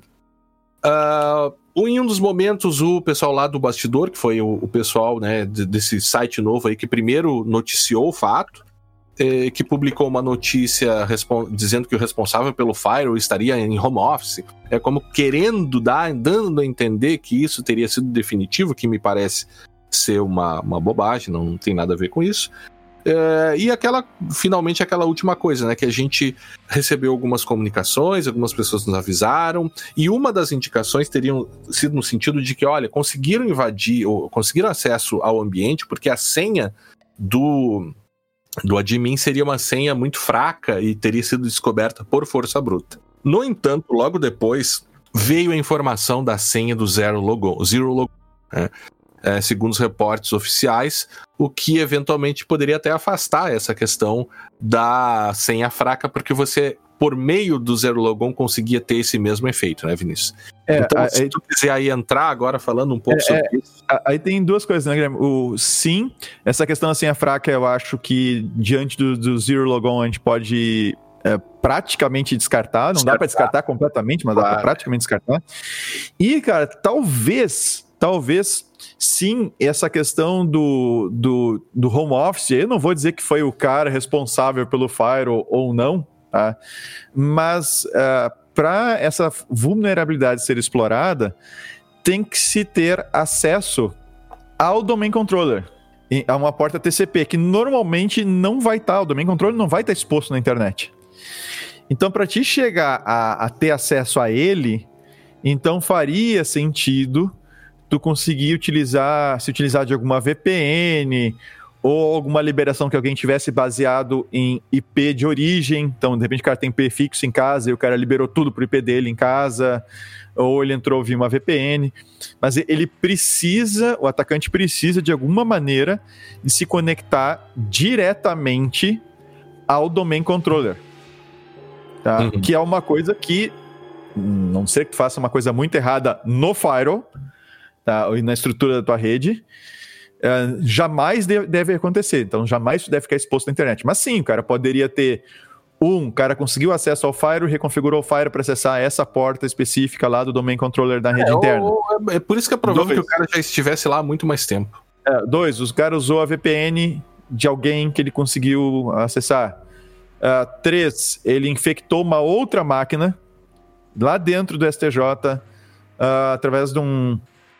Em um dos momentos, o pessoal lá do bastidor, que foi o pessoal, né, desse site novo aí que primeiro noticiou o fato, que publicou uma notícia dizendo que o responsável pelo firewall estaria em home office, como dando a entender que isso teria sido definitivo, que me parece ser uma bobagem, não tem nada a ver com isso. E finalmente aquela última coisa, né, que a gente recebeu algumas comunicações, algumas pessoas nos avisaram, e uma das indicações teriam sido no sentido de que, olha, conseguiram invadir, ou conseguiram acesso ao ambiente, porque a senha do admin seria uma senha muito fraca e teria sido descoberta por força bruta. No entanto, logo depois, veio a informação da senha do Zero Logon, né? Segundo os reportes oficiais, o que eventualmente poderia até afastar essa questão da senha fraca, porque você, por meio do Zero Logon, conseguia ter esse mesmo efeito, né, Vinícius? Então, se tu quiser aí entrar agora falando um pouco sobre isso. Aí tem duas coisas, né, Guilherme? Sim, essa questão da senha fraca, eu acho que diante do Zero Logon a gente pode praticamente descartar. Não dá para descartar completamente, mas dá para praticamente descartar. E, cara, talvez sim, essa questão do home office, eu não vou dizer que foi o cara responsável pelo firewall ou não, tá? Mas para essa vulnerabilidade ser explorada, tem que se ter acesso ao domain controller. a uma porta TCP, que normalmente não vai estar, o domain controller não vai estar exposto na internet. Então, para ti chegar a ter acesso a ele, então faria sentido tu conseguir se utilizar de alguma VPN ou alguma liberação que alguém tivesse baseado em IP de origem. Então, de repente, o cara tem IP fixo em casa e o cara liberou tudo pro IP dele em casa, ou ele entrou via uma VPN. Mas o atacante precisa, de alguma maneira, de se conectar diretamente ao domain controller. Tá? Uhum. Que é uma coisa que, não sei que tu faça uma coisa muito errada no firewall, tá? Ou na estrutura da tua rede, jamais deve acontecer. Então, jamais tu deve ficar exposto na internet. Mas sim, o cara poderia ter o cara conseguiu acesso ao firewall, reconfigurou o firewall para acessar essa porta específica lá do domain controller da rede interna. É por isso que é provável que o cara já estivesse lá há muito mais tempo. 2, os caras usou a VPN de alguém que ele conseguiu acessar. 3, ele infectou uma outra máquina lá dentro do STJ através de um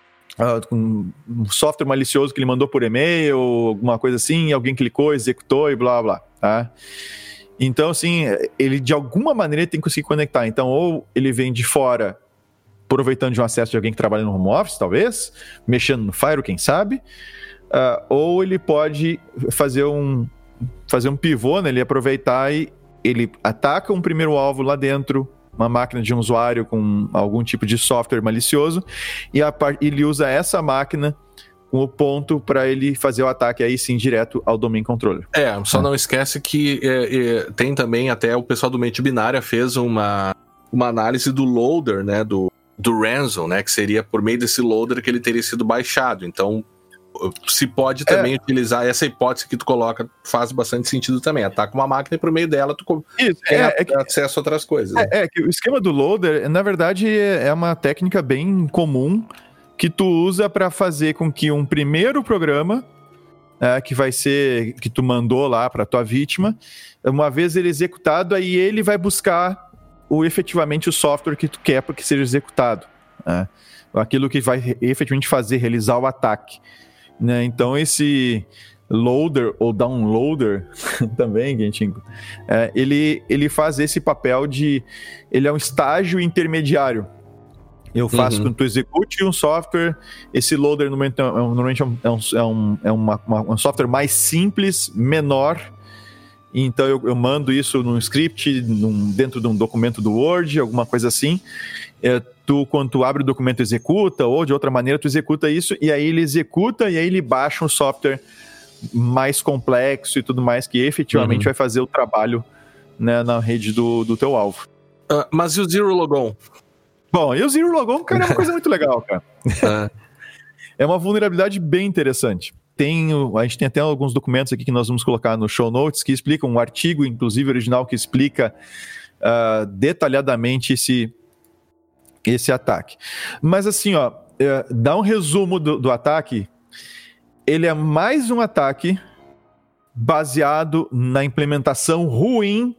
software malicioso que ele mandou por e-mail, alguma coisa assim, alguém clicou, executou e blá blá, tá? Então, assim, ele de alguma maneira tem que conseguir conectar. Então, ou ele vem de fora, aproveitando de um acesso de alguém que trabalha no home office, talvez, mexendo no firewall, quem sabe, ou ele pode fazer um pivô, né? Ele aproveitar e ele ataca um primeiro alvo lá dentro, uma máquina de um usuário com algum tipo de software malicioso, e ele usa essa máquina com o ponto para ele fazer o ataque aí sim direto ao domain controller. Só não esquece que tem também, até o pessoal do Mente Binária fez uma análise do loader, né, do ransom, né, que seria por meio desse loader que ele teria sido baixado. Então, se pode também utilizar essa hipótese que tu coloca, faz bastante sentido também. Ataca uma máquina e por meio dela tu tem acesso a outras coisas. Que o esquema do loader, na verdade, é uma técnica bem comum que tu usa para fazer com que um primeiro programa, que vai ser, que tu mandou lá para tua vítima, uma vez ele executado, aí ele vai buscar efetivamente o software que tu quer para que seja executado. Aquilo que vai efetivamente realizar o ataque. Né? Então esse loader ou downloader também, Gentinho, ele faz esse papel ele é um estágio intermediário. Eu faço quando tu execute um software, esse loader normalmente é um software mais simples, menor. Então eu mando isso num script, dentro de um documento do Word, alguma coisa assim. Quando tu abre o documento, executa, ou de outra maneira tu executa isso, e aí ele executa, e aí ele baixa um software mais complexo e tudo mais, que efetivamente vai fazer o trabalho, né, na rede do teu alvo. Mas e o Zero Logon? Bom, e o Zero Logon, cara, é uma coisa muito legal, cara. É uma vulnerabilidade bem interessante. A gente tem até alguns documentos aqui que nós vamos colocar no show notes que explicam, um artigo, inclusive original, que explica detalhadamente esse ataque. Mas assim, dá um resumo do ataque. Ele é mais um ataque baseado na implementação ruim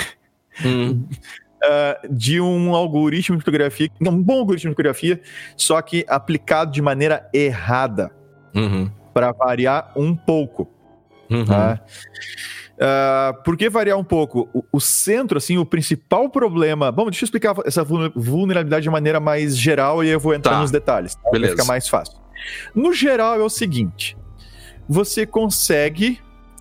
de um algoritmo de criptografia, um bom algoritmo de criptografia, só que aplicado de maneira errada, para variar um pouco. Tá? Por que variar um pouco? O centro, assim, o principal problema... Bom, deixa eu explicar essa vulnerabilidade de maneira mais geral e eu vou entrar nos detalhes. Tá? Vai ficar mais fácil. No geral é o seguinte, você consegue...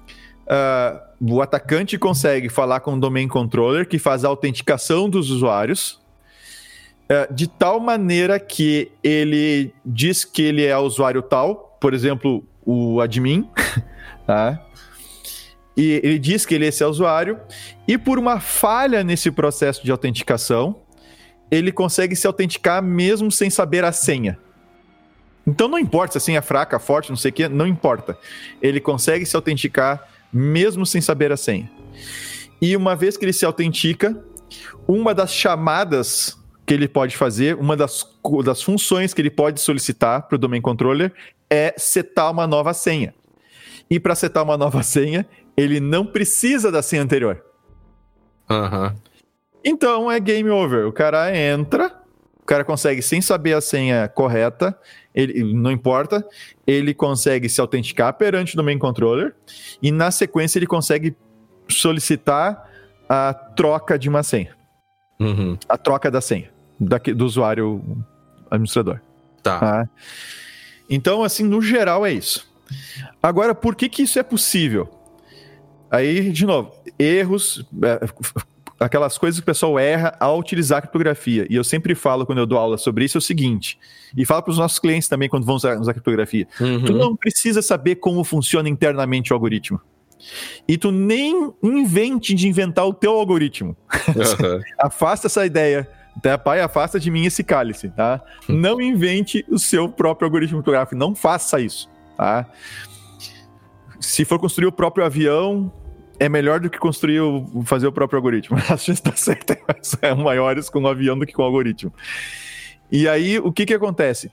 o atacante consegue falar com o domain controller que faz a autenticação dos usuários de tal maneira que ele diz que ele é usuário tal, por exemplo, o admin, tá? E ele diz que ele é esse usuário, e por uma falha nesse processo de autenticação, ele consegue se autenticar mesmo sem saber a senha. Então não importa se a senha é fraca, forte, não sei o que, não importa. Ele consegue se autenticar mesmo sem saber a senha. E uma vez que ele se autentica, uma das chamadas que ele pode fazer, uma das funções que ele pode solicitar para o domain controller é setar uma nova senha. E para setar uma nova senha, ele não precisa da senha anterior. Então é game over. O cara entra, cara consegue, sem saber a senha correta, não importa, ele consegue se autenticar perante o domain controller e, na sequência, ele consegue solicitar a troca de uma senha. A troca da senha do usuário administrador. Tá. Então, assim, no geral é isso. Agora, por que isso é possível? Aí, de novo, erros, aquelas coisas que o pessoal erra ao utilizar a criptografia. E eu sempre falo, quando eu dou aula sobre isso, é o seguinte, e falo para os nossos clientes também, quando vão usar criptografia. Tu não precisa saber como funciona internamente o algoritmo. E tu nem invente de inventar o teu algoritmo. Afasta essa ideia. Tá, pai, afasta de mim esse cálice, tá? Não invente o seu próprio algoritmo criptográfico. Não faça isso, tá? Se for construir o próprio avião, é melhor do que fazer o próprio algoritmo. As chances de estar certas são maiores com o avião do que com o algoritmo. E aí, o que acontece?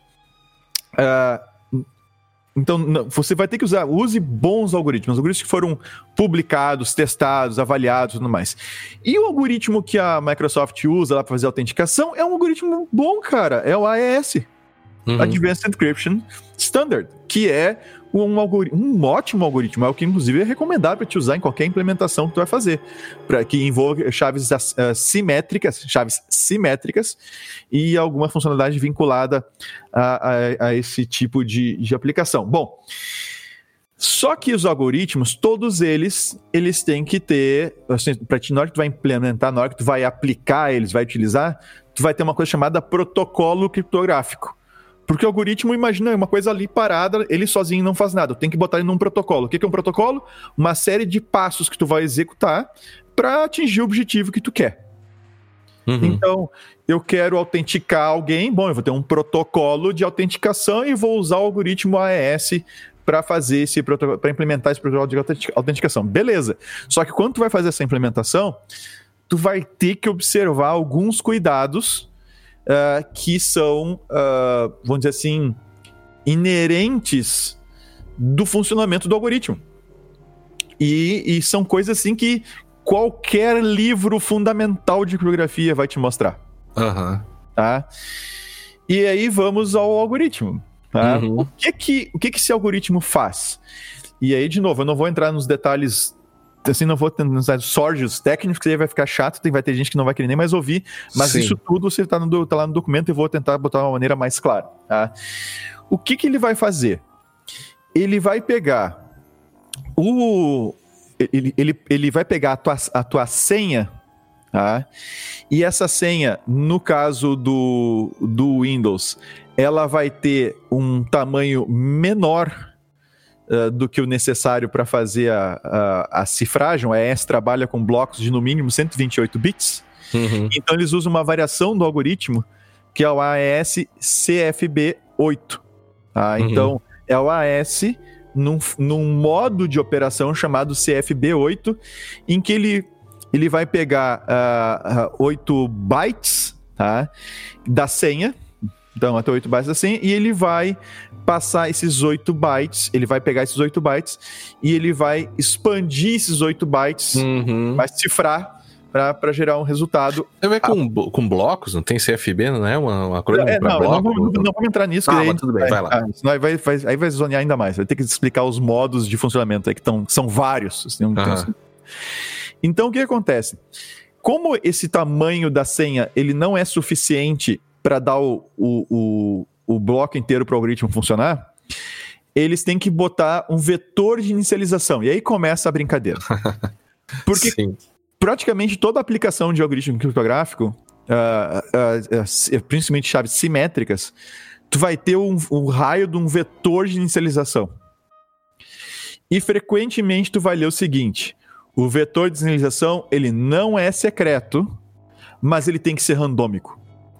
Então, você vai ter que use bons algoritmos que foram publicados, testados, avaliados e tudo mais. E o algoritmo que a Microsoft usa lá para fazer autenticação é um algoritmo bom, cara. É o AES, Advanced Encryption Standard, que é um ótimo algoritmo. É o que, inclusive, é recomendado para te usar em qualquer implementação que tu vai fazer, que envolve chaves simétricas e alguma funcionalidade vinculada a esse tipo de aplicação. Bom, só que os algoritmos, todos eles têm que ter, assim, na hora que tu vai implementar, na hora que tu vai aplicar eles, vai utilizar, tu vai ter uma coisa chamada protocolo criptográfico. Porque o algoritmo, imagina, é uma coisa ali parada, ele sozinho não faz nada. Tem que botar ele num protocolo. O que é um protocolo? Uma série de passos que tu vai executar para atingir o objetivo que tu quer. Então, eu quero autenticar alguém. Bom, eu vou ter um protocolo de autenticação e vou usar o algoritmo AES para fazer para implementar esse protocolo de autenticação. Beleza. Só que quando tu vai fazer essa implementação, tu vai ter que observar alguns cuidados que são, vamos dizer assim, inerentes do funcionamento do algoritmo. E são coisas assim que qualquer livro fundamental de criptografia vai te mostrar. Tá? E aí vamos ao algoritmo. Tá? O que esse algoritmo faz? E aí, de novo, eu não vou entrar nos detalhes, assim, não vou nos sorges técnicos, que aí vai ficar chato, vai ter gente que não vai querer nem mais ouvir, mas Sim. Isso tudo você tá lá no documento e eu vou tentar botar de uma maneira mais clara. Tá? O que ele vai fazer? Ele vai pegar ele vai pegar a tua senha, tá? E essa senha, no caso do Windows, ela vai ter um tamanho menor do que o necessário para fazer a cifragem. O AES trabalha com blocos de no mínimo 128 bits. Então eles usam uma variação do algoritmo que é o AES CFB8. Tá? Então é o AES num modo de operação chamado CFB8, em que ele vai pegar 8 bytes, tá, da senha. Então, até 8 bytes da senha, e ele vai passar esses 8 bytes, ele vai pegar esses 8 bytes e ele vai expandir esses 8 bytes, vai cifrar para gerar um resultado. Você vai com blocos? Não tem CFB, não é? Uma acrônimo para bloco? Não vamos entrar nisso. Mas tudo bem, vai lá. Aí vai zonear ainda mais. Vai ter que explicar os modos de funcionamento aí, são vários. Assim, Então, o que acontece? Como esse tamanho da senha ele não é suficiente para dar o bloco inteiro para o algoritmo funcionar, eles têm que botar um vetor de inicialização. E aí começa a brincadeira. Porque praticamente toda aplicação de algoritmo criptográfico, principalmente chaves simétricas, tu vai ter um raio de um vetor de inicialização. E frequentemente tu vai ler o seguinte: o vetor de inicialização ele não é secreto, mas ele tem que ser randômico.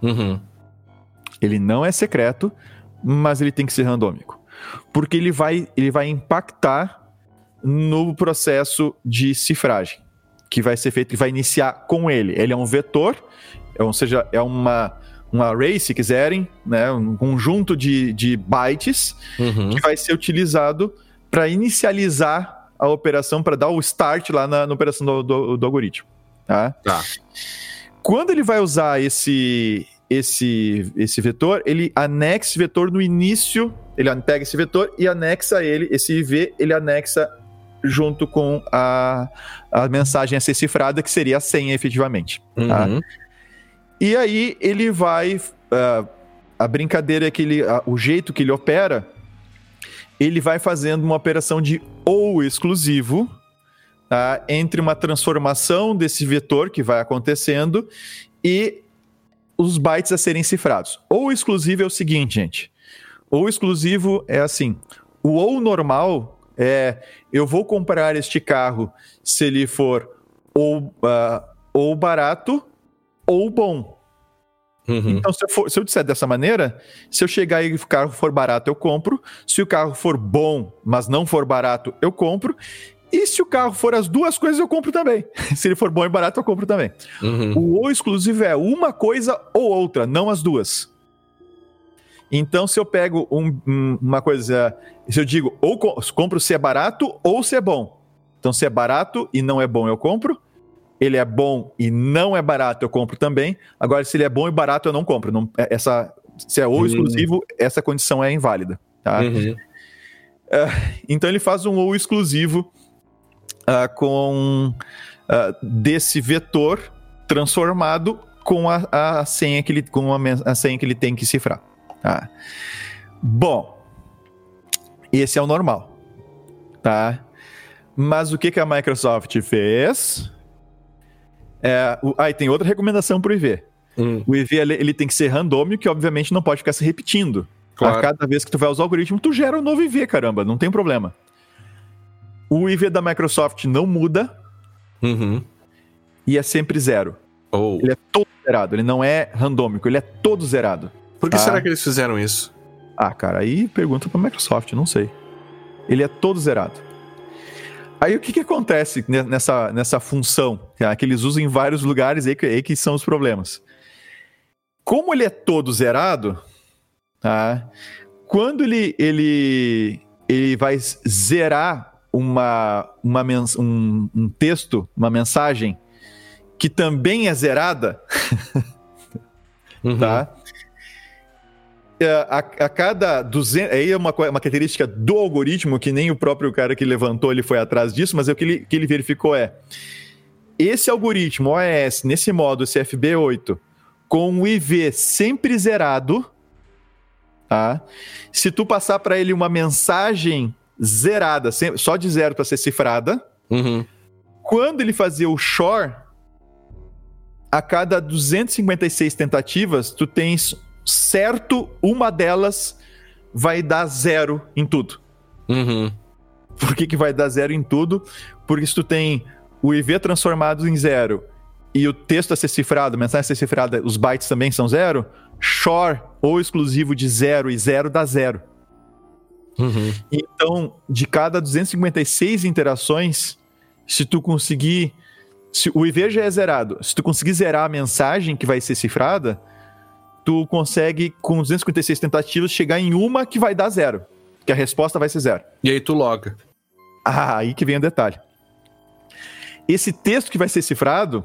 Ele não é secreto, mas ele tem que ser randômico. Porque ele vai impactar no processo de cifragem que vai ser feito, que vai iniciar com ele. Ele é um vetor, ou seja, é uma array, se quiserem, né, um conjunto de bytes que vai ser utilizado para inicializar a operação, para dar o start lá na operação do algoritmo. Tá? Quando ele vai usar esse esse vetor, ele anexa esse vetor no início, ele pega esse vetor e anexa ele, esse IV, ele anexa junto com a mensagem a ser cifrada, que seria a senha efetivamente. Tá? E aí ele vai... a brincadeira é que o jeito que ele opera, ele vai fazendo uma operação de ou exclusivo, tá? Entre uma transformação desse vetor que vai acontecendo e os bytes a serem cifrados. Ou exclusivo é o seguinte, gente. Ou exclusivo é assim. O ou normal é: eu vou comprar este carro se ele for ou barato ou bom. Então, se eu disser dessa maneira, se eu chegar e o carro for barato, eu compro. Se o carro for bom, mas não for barato, eu compro. E se o carro for as duas coisas, eu compro também. Se ele for bom e barato, eu compro também. O ou exclusivo é uma coisa ou outra, não as duas. Então, se eu pego uma coisa... Se eu digo, ou compro se é barato ou se é bom. Então, se é barato e não é bom, eu compro. Ele é bom e não é barato, eu compro também. Agora, se ele é bom e barato, eu não compro. Se é ou exclusivo, essa condição é inválida. Tá? Então, ele faz um ou exclusivo desse vetor transformado com a senha que ele tem que cifrar. Tá? Bom, esse é o normal. Tá? Mas o que a Microsoft fez... e tem outra recomendação para o IV. O IV ele tem que ser randômico, que obviamente não pode ficar se repetindo. Claro. A cada vez que tu vai usar o algoritmo, tu gera um novo IV, caramba, não tem problema. O IV da Microsoft não muda e é sempre 0. Ele é todo zerado, ele não é randômico, ele é todo zerado. Por que será que eles fizeram isso? Cara, aí pergunta pra Microsoft, não sei. Ele é todo zerado. Aí o que acontece nessa função, que eles usam em vários lugares, aí que são os problemas. Como ele é todo zerado, tá? Quando ele vai zerar um texto, uma mensagem, que também é zerada, tá? A cada 200... Aí é uma característica do algoritmo, que nem o próprio cara que levantou ele foi atrás disso, mas o que ele verificou esse algoritmo OES, nesse modo CFB8, com o IV sempre zerado, tá? Se tu passar para ele uma mensagem zerada, só de 0 para ser cifrada, quando ele fazia o SHOR, a cada 256 tentativas, tu tens certo, uma delas vai dar 0 em tudo. Por que vai dar 0 em tudo? Porque se tu tem o IV transformado em 0 e o texto a ser cifrado, a mensagem a ser cifrada, os bytes também são 0, SHOR ou exclusivo de 0 e 0 dá 0. Então, de cada 256 interações, se o IV já é zerado, se tu conseguir zerar a mensagem que vai ser cifrada, tu consegue, com 256 tentativas, chegar em uma que vai dar 0. Que a resposta vai ser 0. E aí tu loga. Aí que vem o detalhe. Esse texto que vai ser cifrado,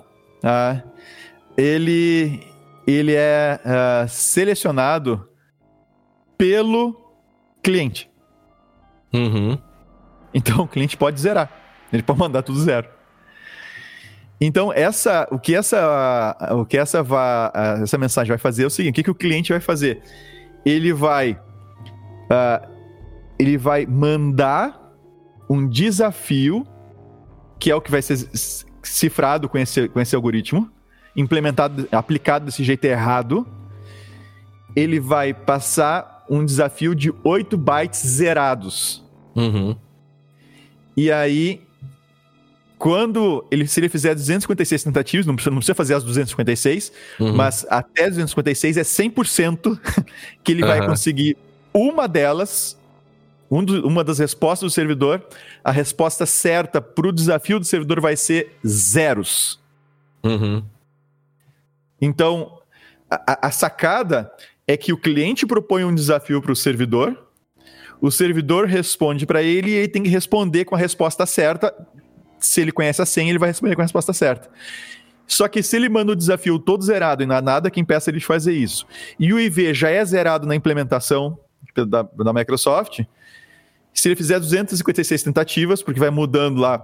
ele é selecionado pelo cliente. Então o cliente pode zerar. Ele pode mandar tudo 0. Então, o que essa mensagem vai fazer é o seguinte: o que o cliente vai fazer? Ele vai mandar um desafio, que é o que vai ser cifrado com esse algoritmo, aplicado desse jeito errado. Ele vai passar um desafio de 8 bytes zerados. E aí, se ele fizer 256 tentativas, não precisa fazer as 256, mas até 256 é 100% que ele vai conseguir uma delas, uma das respostas do servidor. A resposta certa para o desafio do servidor vai ser 0s. Então, a sacada é que o cliente propõe um desafio para o servidor responde para ele e ele tem que responder com a resposta certa. Se ele conhece a senha, ele vai responder com a resposta certa. Só que se ele manda o desafio todo zerado e não há nada que impeça ele de fazer isso, e o IV já é zerado na implementação da Microsoft, se ele fizer 256 tentativas, porque vai mudando lá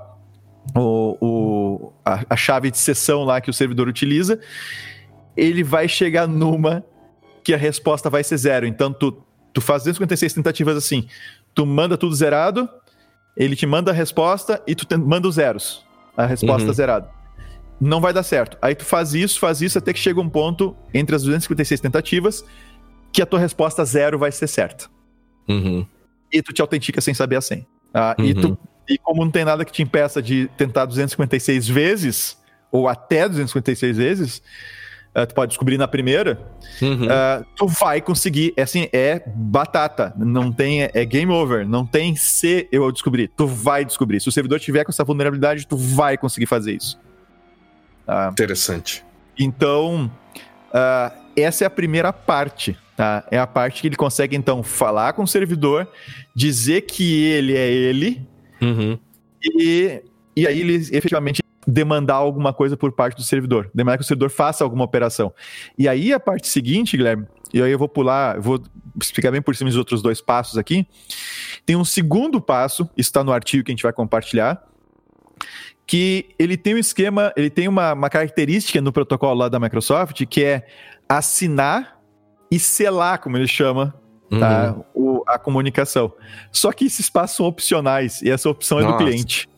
a chave de sessão lá que o servidor utiliza, ele vai chegar numa que a resposta vai ser 0. Então, tu faz 256 tentativas assim, tu manda tudo zerado, ele te manda a resposta e tu manda os zeros, a resposta zerada. Não vai dar certo. Aí tu faz isso até que chega um ponto entre as 256 tentativas que a tua resposta 0 vai ser certa. E tu te autentica sem saber a senha. E como não tem nada que te impeça de tentar 256 vezes, ou até 256 vezes, tu pode descobrir na primeira, tu vai conseguir, é batata, não tem, é game over, não tem se eu descobrir, tu vai descobrir. Se o servidor tiver com essa vulnerabilidade, tu vai conseguir fazer isso. Interessante. Então, essa é a primeira parte, tá? É a parte que ele consegue, então, falar com o servidor, dizer que ele é ele, e aí ele efetivamente demandar alguma coisa por parte do servidor, demandar que o servidor faça alguma operação. E aí a parte seguinte, Guilherme, e aí eu vou explicar bem por cima dos outros 2 passos aqui, tem um segundo passo, isso está no artigo que a gente vai compartilhar, que ele tem um esquema, ele tem uma característica no protocolo lá da Microsoft, que é assinar e selar, como ele chama, tá? A comunicação. Só que esses passos são opcionais, e essa opção é do cliente.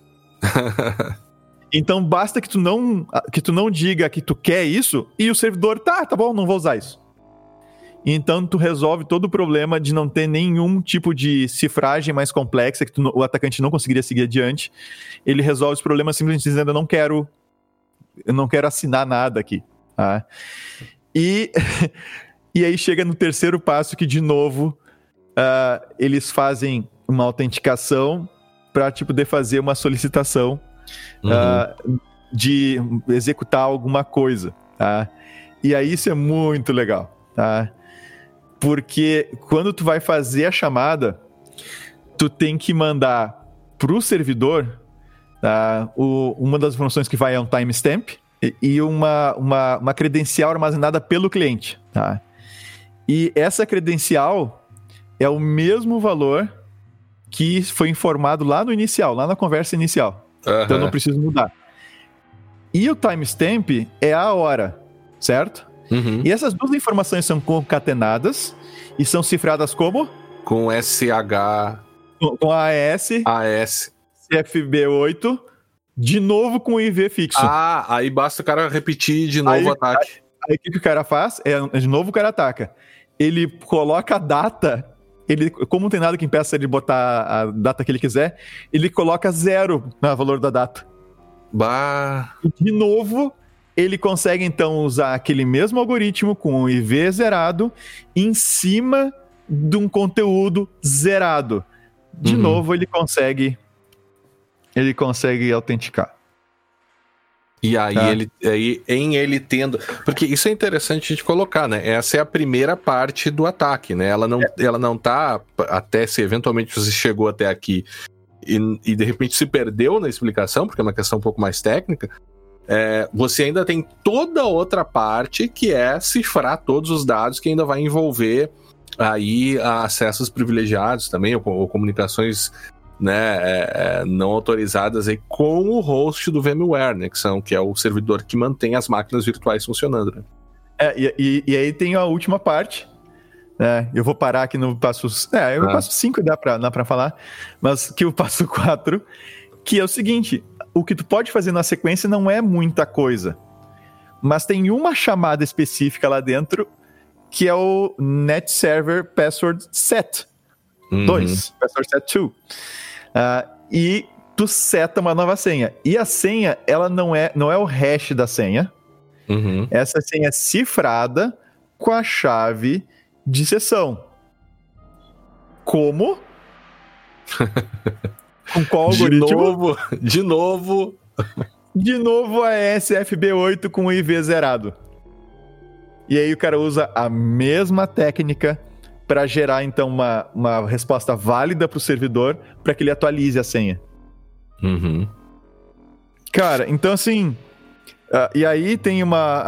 Então basta que tu não diga que tu quer isso, e o servidor, tá bom, não vou usar isso. Então tu resolve todo o problema de não ter nenhum tipo de cifragem mais complexa que o atacante não conseguiria seguir adiante. Ele resolve esse problema simplesmente dizendo: eu não quero assinar nada aqui. Tá? E aí chega no terceiro passo, que de novo eles fazem uma autenticação para poder fazer uma solicitação de executar alguma coisa. Tá? E aí isso é muito legal. Tá? Porque quando tu vai fazer a chamada, tu tem que mandar pro servidor, tá, uma das informações que vai é um timestamp e uma credencial armazenada pelo cliente. Tá? E essa credencial é o mesmo valor que foi informado lá no inicial, lá na conversa inicial. Então eu não preciso mudar. E o timestamp é a hora, certo? E essas 2 informações são concatenadas e são cifradas como? Com SH... Com AES, CFB8, de novo com IV fixo. Aí basta o cara repetir de novo o ataque. Aí o que o cara faz? De novo o cara ataca. Ele coloca a data, como não tem nada que impeça ele de botar a data que ele quiser, ele coloca 0 no valor da data. E de novo... ele consegue, então, usar aquele mesmo algoritmo com o IV zerado em cima de um conteúdo zerado. De novo, ele consegue autenticar. E aí, ele tendo... Porque isso é interessante a gente colocar, né? Essa é a primeira parte do ataque, né? Ela não tá... Até se eventualmente você chegou até aqui e de repente se perdeu na explicação, porque é uma questão um pouco mais técnica... você ainda tem toda outra parte que é cifrar todos os dados, que ainda vai envolver aí acessos privilegiados também, ou comunicações, né, não autorizadas aí com o host do VMware, né, que é o servidor que mantém as máquinas virtuais funcionando. Né? E aí tem a última parte, né? Eu vou parar aqui no passo... o passo 5 dá pra falar, mas que o passo 4, que é o seguinte... O que tu pode fazer na sequência não é muita coisa, mas tem uma chamada específica lá dentro, que é o Net Server Password Set 2, Password Set 2. E tu seta uma nova senha. E a senha, ela não é o hash da senha. Essa senha é cifrada com a chave de sessão. Como? Com qual algoritmo? De novo a SFB8 com o IV zerado. E aí o cara usa a mesma técnica para gerar, então, uma resposta válida para o servidor para que ele atualize a senha. Cara, então assim, E aí tem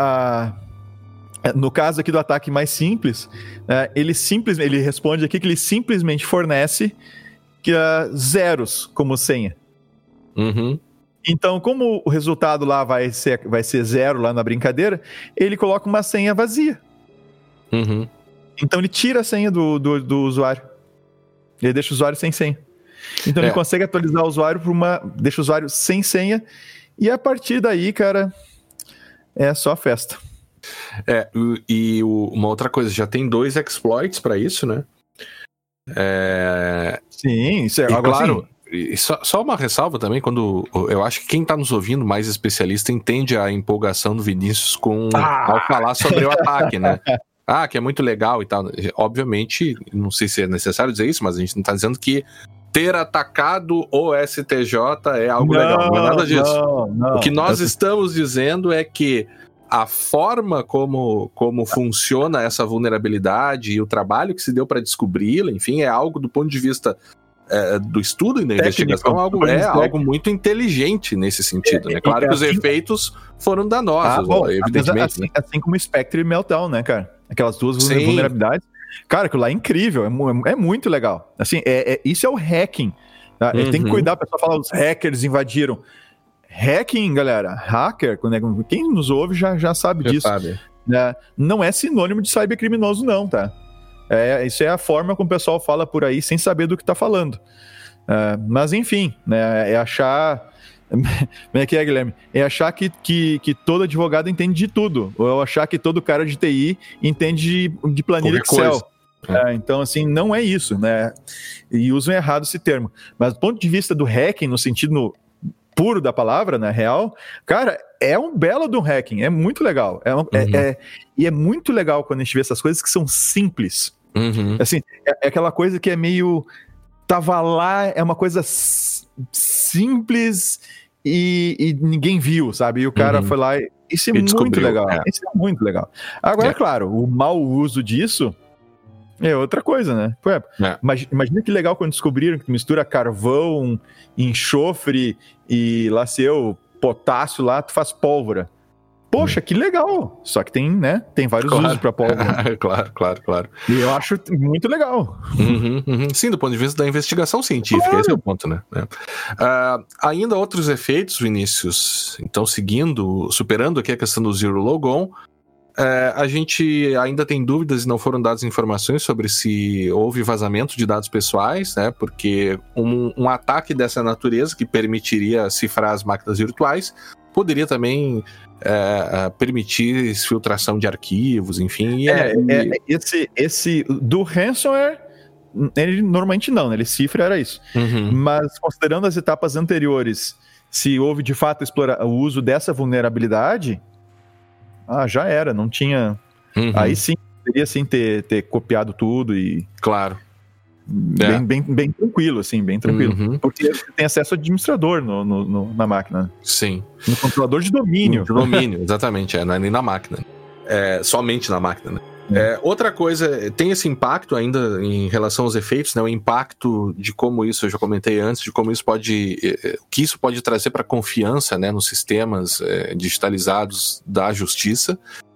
no caso aqui do ataque mais simples, ele responde aqui que ele simplesmente fornece zeros como senha. Uhum. Então, como o resultado lá vai ser 0 lá na brincadeira, ele coloca uma senha vazia. Uhum. Então ele tira a senha do usuário. Ele deixa o usuário sem senha. Então ele consegue atualizar o usuário deixa o usuário sem senha, e a partir daí, cara, é só festa. Uma outra coisa, já tem 2 exploits para isso, né? Sim, isso é e algo claro, assim. Só uma ressalva também, quando eu acho que quem tá nos ouvindo mais especialista entende a empolgação do Vinícius ao falar sobre o ataque, né? Que é muito legal e tal. Obviamente, não sei se é necessário dizer isso, mas a gente não tá dizendo que ter atacado o STJ é algo legal, não é nada disso. Não. O que nós estamos dizendo é que a forma como funciona essa vulnerabilidade e o trabalho que se deu para descobri-la, enfim, é algo do ponto de vista do estudo e da investigação, algo muito inteligente nesse sentido, né? Claro que os efeitos foram danosos, evidentemente. Assim como Spectre e Meltdown, né, cara? Aquelas duas vulnerabilidades. Cara, aquilo lá é incrível, é muito legal. Assim, isso é o hacking. Tá? Tem que cuidar, a pessoa fala, os hackers invadiram. Hacking, galera, hacker, quem nos ouve já sabe disso. Né? Não é sinônimo de cybercriminoso, não, tá? Isso é a forma como o pessoal fala por aí, sem saber do que tá falando. Mas, enfim, né, é achar... Como é que é, Guilherme? É achar que todo advogado entende de tudo. Ou achar que todo cara de TI entende de planilha Excel. Então, assim, não é isso, né? E usam errado esse termo. Mas do ponto de vista do hacking, no sentido puro da palavra, né, real, cara, é um belo do hacking, é muito legal. E é muito legal quando a gente vê essas coisas que são simples. Uhum. Assim, é aquela coisa que é meio... Tava lá, é uma coisa simples e ninguém viu, sabe? E o cara foi lá e... Isso é muito legal. Isso é muito legal. Agora, claro, o mau uso disso é outra coisa, né? Imagina que legal quando descobriram que mistura carvão, enxofre e lá potássio lá, tu faz pólvora. Poxa, que legal! Só que tem vários usos pra pólvora. Claro. E eu acho muito legal. Sim, do ponto de vista da investigação científica, esse é o ponto, né? Ainda outros efeitos, Vinícius. Então, superando aqui a questão do Zero Logon, a gente ainda tem dúvidas e não foram dadas informações sobre se houve vazamento de dados pessoais, né? Porque um ataque dessa natureza, que permitiria cifrar as máquinas virtuais, poderia também permitir filtração de arquivos, enfim. Esse do ransomware, ele normalmente não, né? Ele cifra, era isso. Mas considerando as etapas anteriores, se houve de fato o uso dessa vulnerabilidade, já era, não tinha... Aí sim, poderia sim ter copiado tudo e... Claro. Bem tranquilo, assim, bem tranquilo. Porque você tem acesso ao administrador na máquina. Sim. No controlador de domínio. Exatamente, não é nem na máquina. Somente na máquina, né? Outra coisa, tem esse impacto ainda em relação aos efeitos, né? O impacto de como isso, eu já comentei antes, de como isso o que isso pode trazer para a confiança, né, nos sistemas digitalizados da justiça.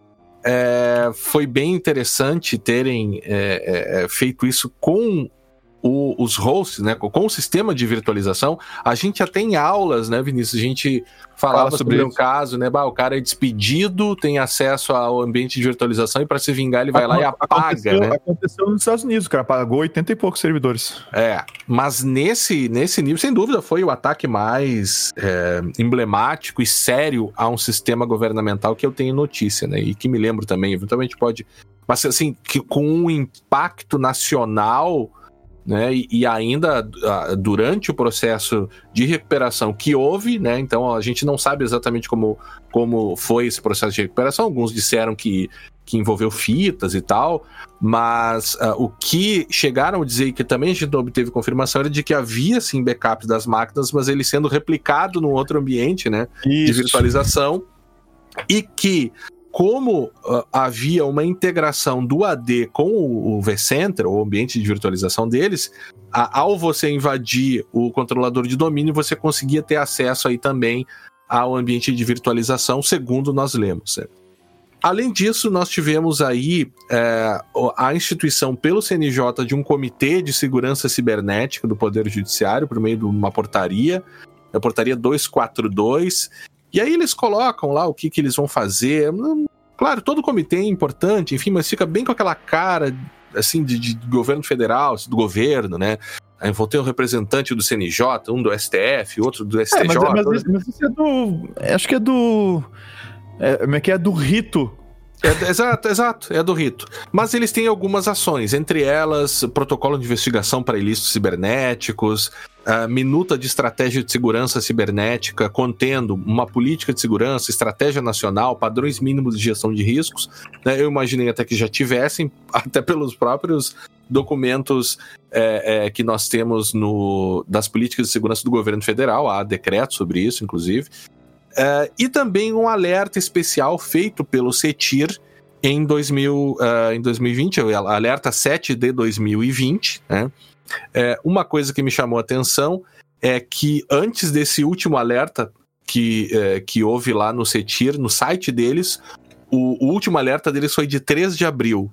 Foi bem interessante terem feito isso com os hosts, né, com o sistema de virtualização. A gente já tem aulas, né, Vinícius? A gente falava sobre um caso, né? O cara é despedido, tem acesso ao ambiente de virtualização e para se vingar ele vai lá e apaga, né? Aconteceu nos Estados Unidos, o cara apagou 80 e poucos servidores. Mas nesse nível, sem dúvida, foi o ataque mais emblemático e sério a um sistema governamental que eu tenho notícia, né? E que me lembro também, eventualmente pode... Mas assim, que com um impacto nacional... Né, e ainda durante o processo de recuperação que houve, né, então a gente não sabe exatamente como foi esse processo de recuperação. Alguns disseram que envolveu fitas e tal, mas o que chegaram a dizer, que também a gente não obteve confirmação, era de que havia sim backup das máquinas, mas ele sendo replicado num outro ambiente, né, de virtualização, e que como havia uma integração do AD com o vCenter, o ambiente de virtualização deles, ao você invadir o controlador de domínio, você conseguia ter acesso aí também ao ambiente de virtualização, segundo nós lemos. Além disso, nós tivemos aí a instituição pelo CNJ de um Comitê de Segurança Cibernética do Poder Judiciário, por meio de uma portaria, a portaria 242, e aí eles colocam lá o que eles vão fazer. Claro, todo comitê é importante, enfim, mas fica bem com aquela cara, assim, de governo federal, do governo, né? Aí vou ter um representante do CNJ, um do STF, outro do STJ. Mas isso é do... Acho que é do... Como é que é? Do rito. Exato, é do rito. Mas eles têm algumas ações, entre elas, protocolo de investigação para ilícitos cibernéticos, minuta de estratégia de segurança cibernética, contendo uma política de segurança, estratégia nacional, padrões mínimos de gestão de riscos. Né? Eu imaginei até que já tivessem, até pelos próprios documentos que nós temos das políticas de segurança do governo federal, há decreto sobre isso, inclusive. E também um alerta especial feito pelo CETIR em 2020, o alerta 7 de 2020, né? Uma coisa que me chamou a atenção é que antes desse último alerta que houve lá no CETIR, no site deles, o último alerta deles foi de 3 de abril.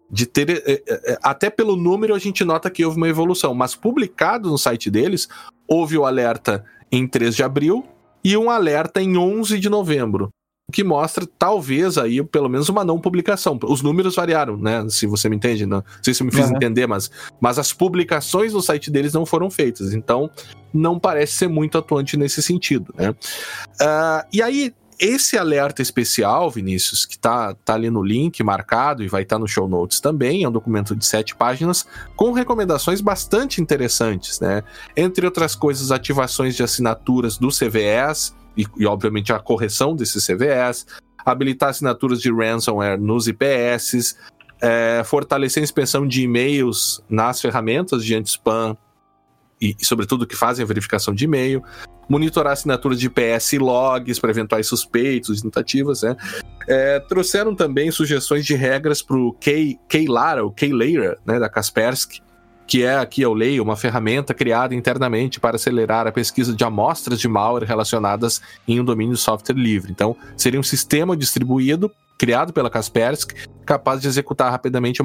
Até pelo número a gente nota que houve uma evolução, mas publicado no site deles, houve o alerta em 3 de abril e um alerta em 11 de novembro. O que mostra, talvez, aí, pelo menos uma não publicação. Os números variaram, né? Se você me entende, não sei se eu me fiz entender, mas as publicações no site deles não foram feitas. Então, não parece ser muito atuante nesse sentido, né? E aí, esse alerta especial, Vinícius, que tá ali no link marcado e vai estar no show notes também, é um documento de 7 páginas, com recomendações bastante interessantes, né? Entre outras coisas, ativações de assinaturas do CVEs, e obviamente a correção desses CVEs, habilitar assinaturas de ransomware nos IPS, fortalecer a inspeção de e-mails nas ferramentas de anti-spam e sobretudo que fazem a verificação de e-mail, monitorar assinaturas de IPS e logs para eventuais suspeitos e tentativas, né? Trouxeram também sugestões de regras para o K-Layer, né, da Kaspersky, que aqui eu leio, uma ferramenta criada internamente para acelerar a pesquisa de amostras de malware relacionadas em um domínio de software livre. Então, seria um sistema distribuído, criado pela Kaspersky, capaz de executar rapidamente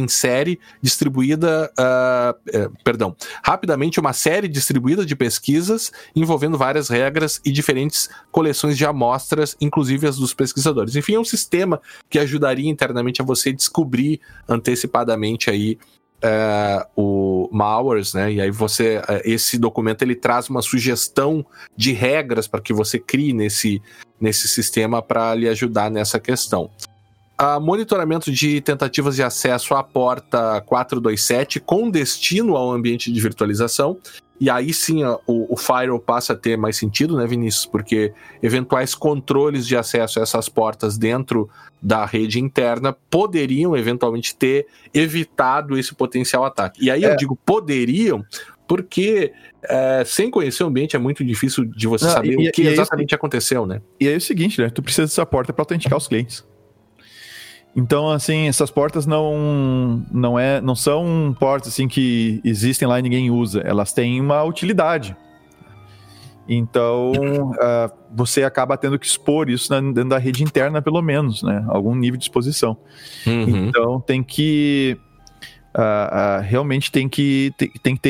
rapidamente uma série distribuída de pesquisas envolvendo várias regras e diferentes coleções de amostras, inclusive as dos pesquisadores. Enfim, é um sistema que ajudaria internamente a você descobrir antecipadamente aí o malwares, né? E aí esse documento ele traz uma sugestão de regras para que você crie nesse sistema para lhe ajudar nessa questão. Monitoramento de tentativas de acesso à porta 427 com destino ao ambiente de virtualização. E aí sim o firewall passa a ter mais sentido, né, Vinícius? Porque eventuais controles de acesso a essas portas dentro da rede interna poderiam eventualmente ter evitado esse potencial ataque. E aí eu digo poderiam, porque sem conhecer o ambiente é muito difícil de você saber o que exatamente aconteceu, né? E aí é o seguinte, né? Tu precisa dessa porta para autenticar os clientes. Então, assim, essas portas não são portas assim, que existem lá e ninguém usa. Elas têm uma utilidade. Então, você acaba tendo que expor isso dentro da rede interna, pelo menos, né? Algum nível de exposição. Uhum. Então, tem que... realmente tem que ter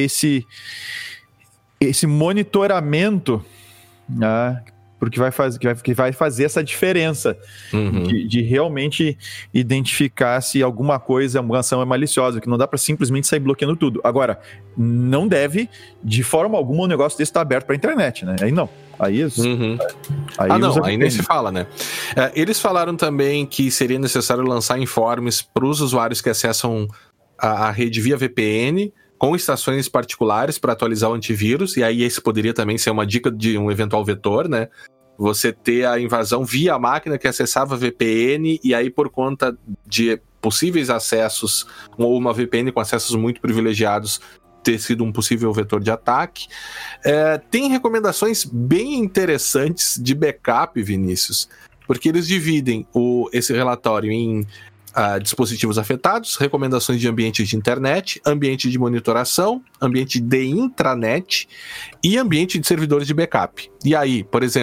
esse monitoramento, né? Porque vai fazer essa diferença de realmente identificar se alguma ação é maliciosa, que não dá para simplesmente sair bloqueando tudo. Agora, não deve, de forma alguma, um negócio desse estar aberto para a internet, né? Aí não. Aí nem se fala, né? Eles falaram também que seria necessário lançar informes para os usuários que acessam a rede via VPN, com estações particulares para atualizar o antivírus, e aí esse poderia também ser uma dica de um eventual vetor, né? Você ter a invasão via máquina que acessava a VPN, e aí por conta de possíveis acessos, ou uma VPN com acessos muito privilegiados, ter sido um possível vetor de ataque. Tem recomendações bem interessantes de backup, Vinícius, porque eles dividem esse relatório em dispositivos afetados, recomendações de ambiente de internet, ambiente de monitoração, ambiente de intranet e ambiente de servidores de backup. E aí, por exemplo,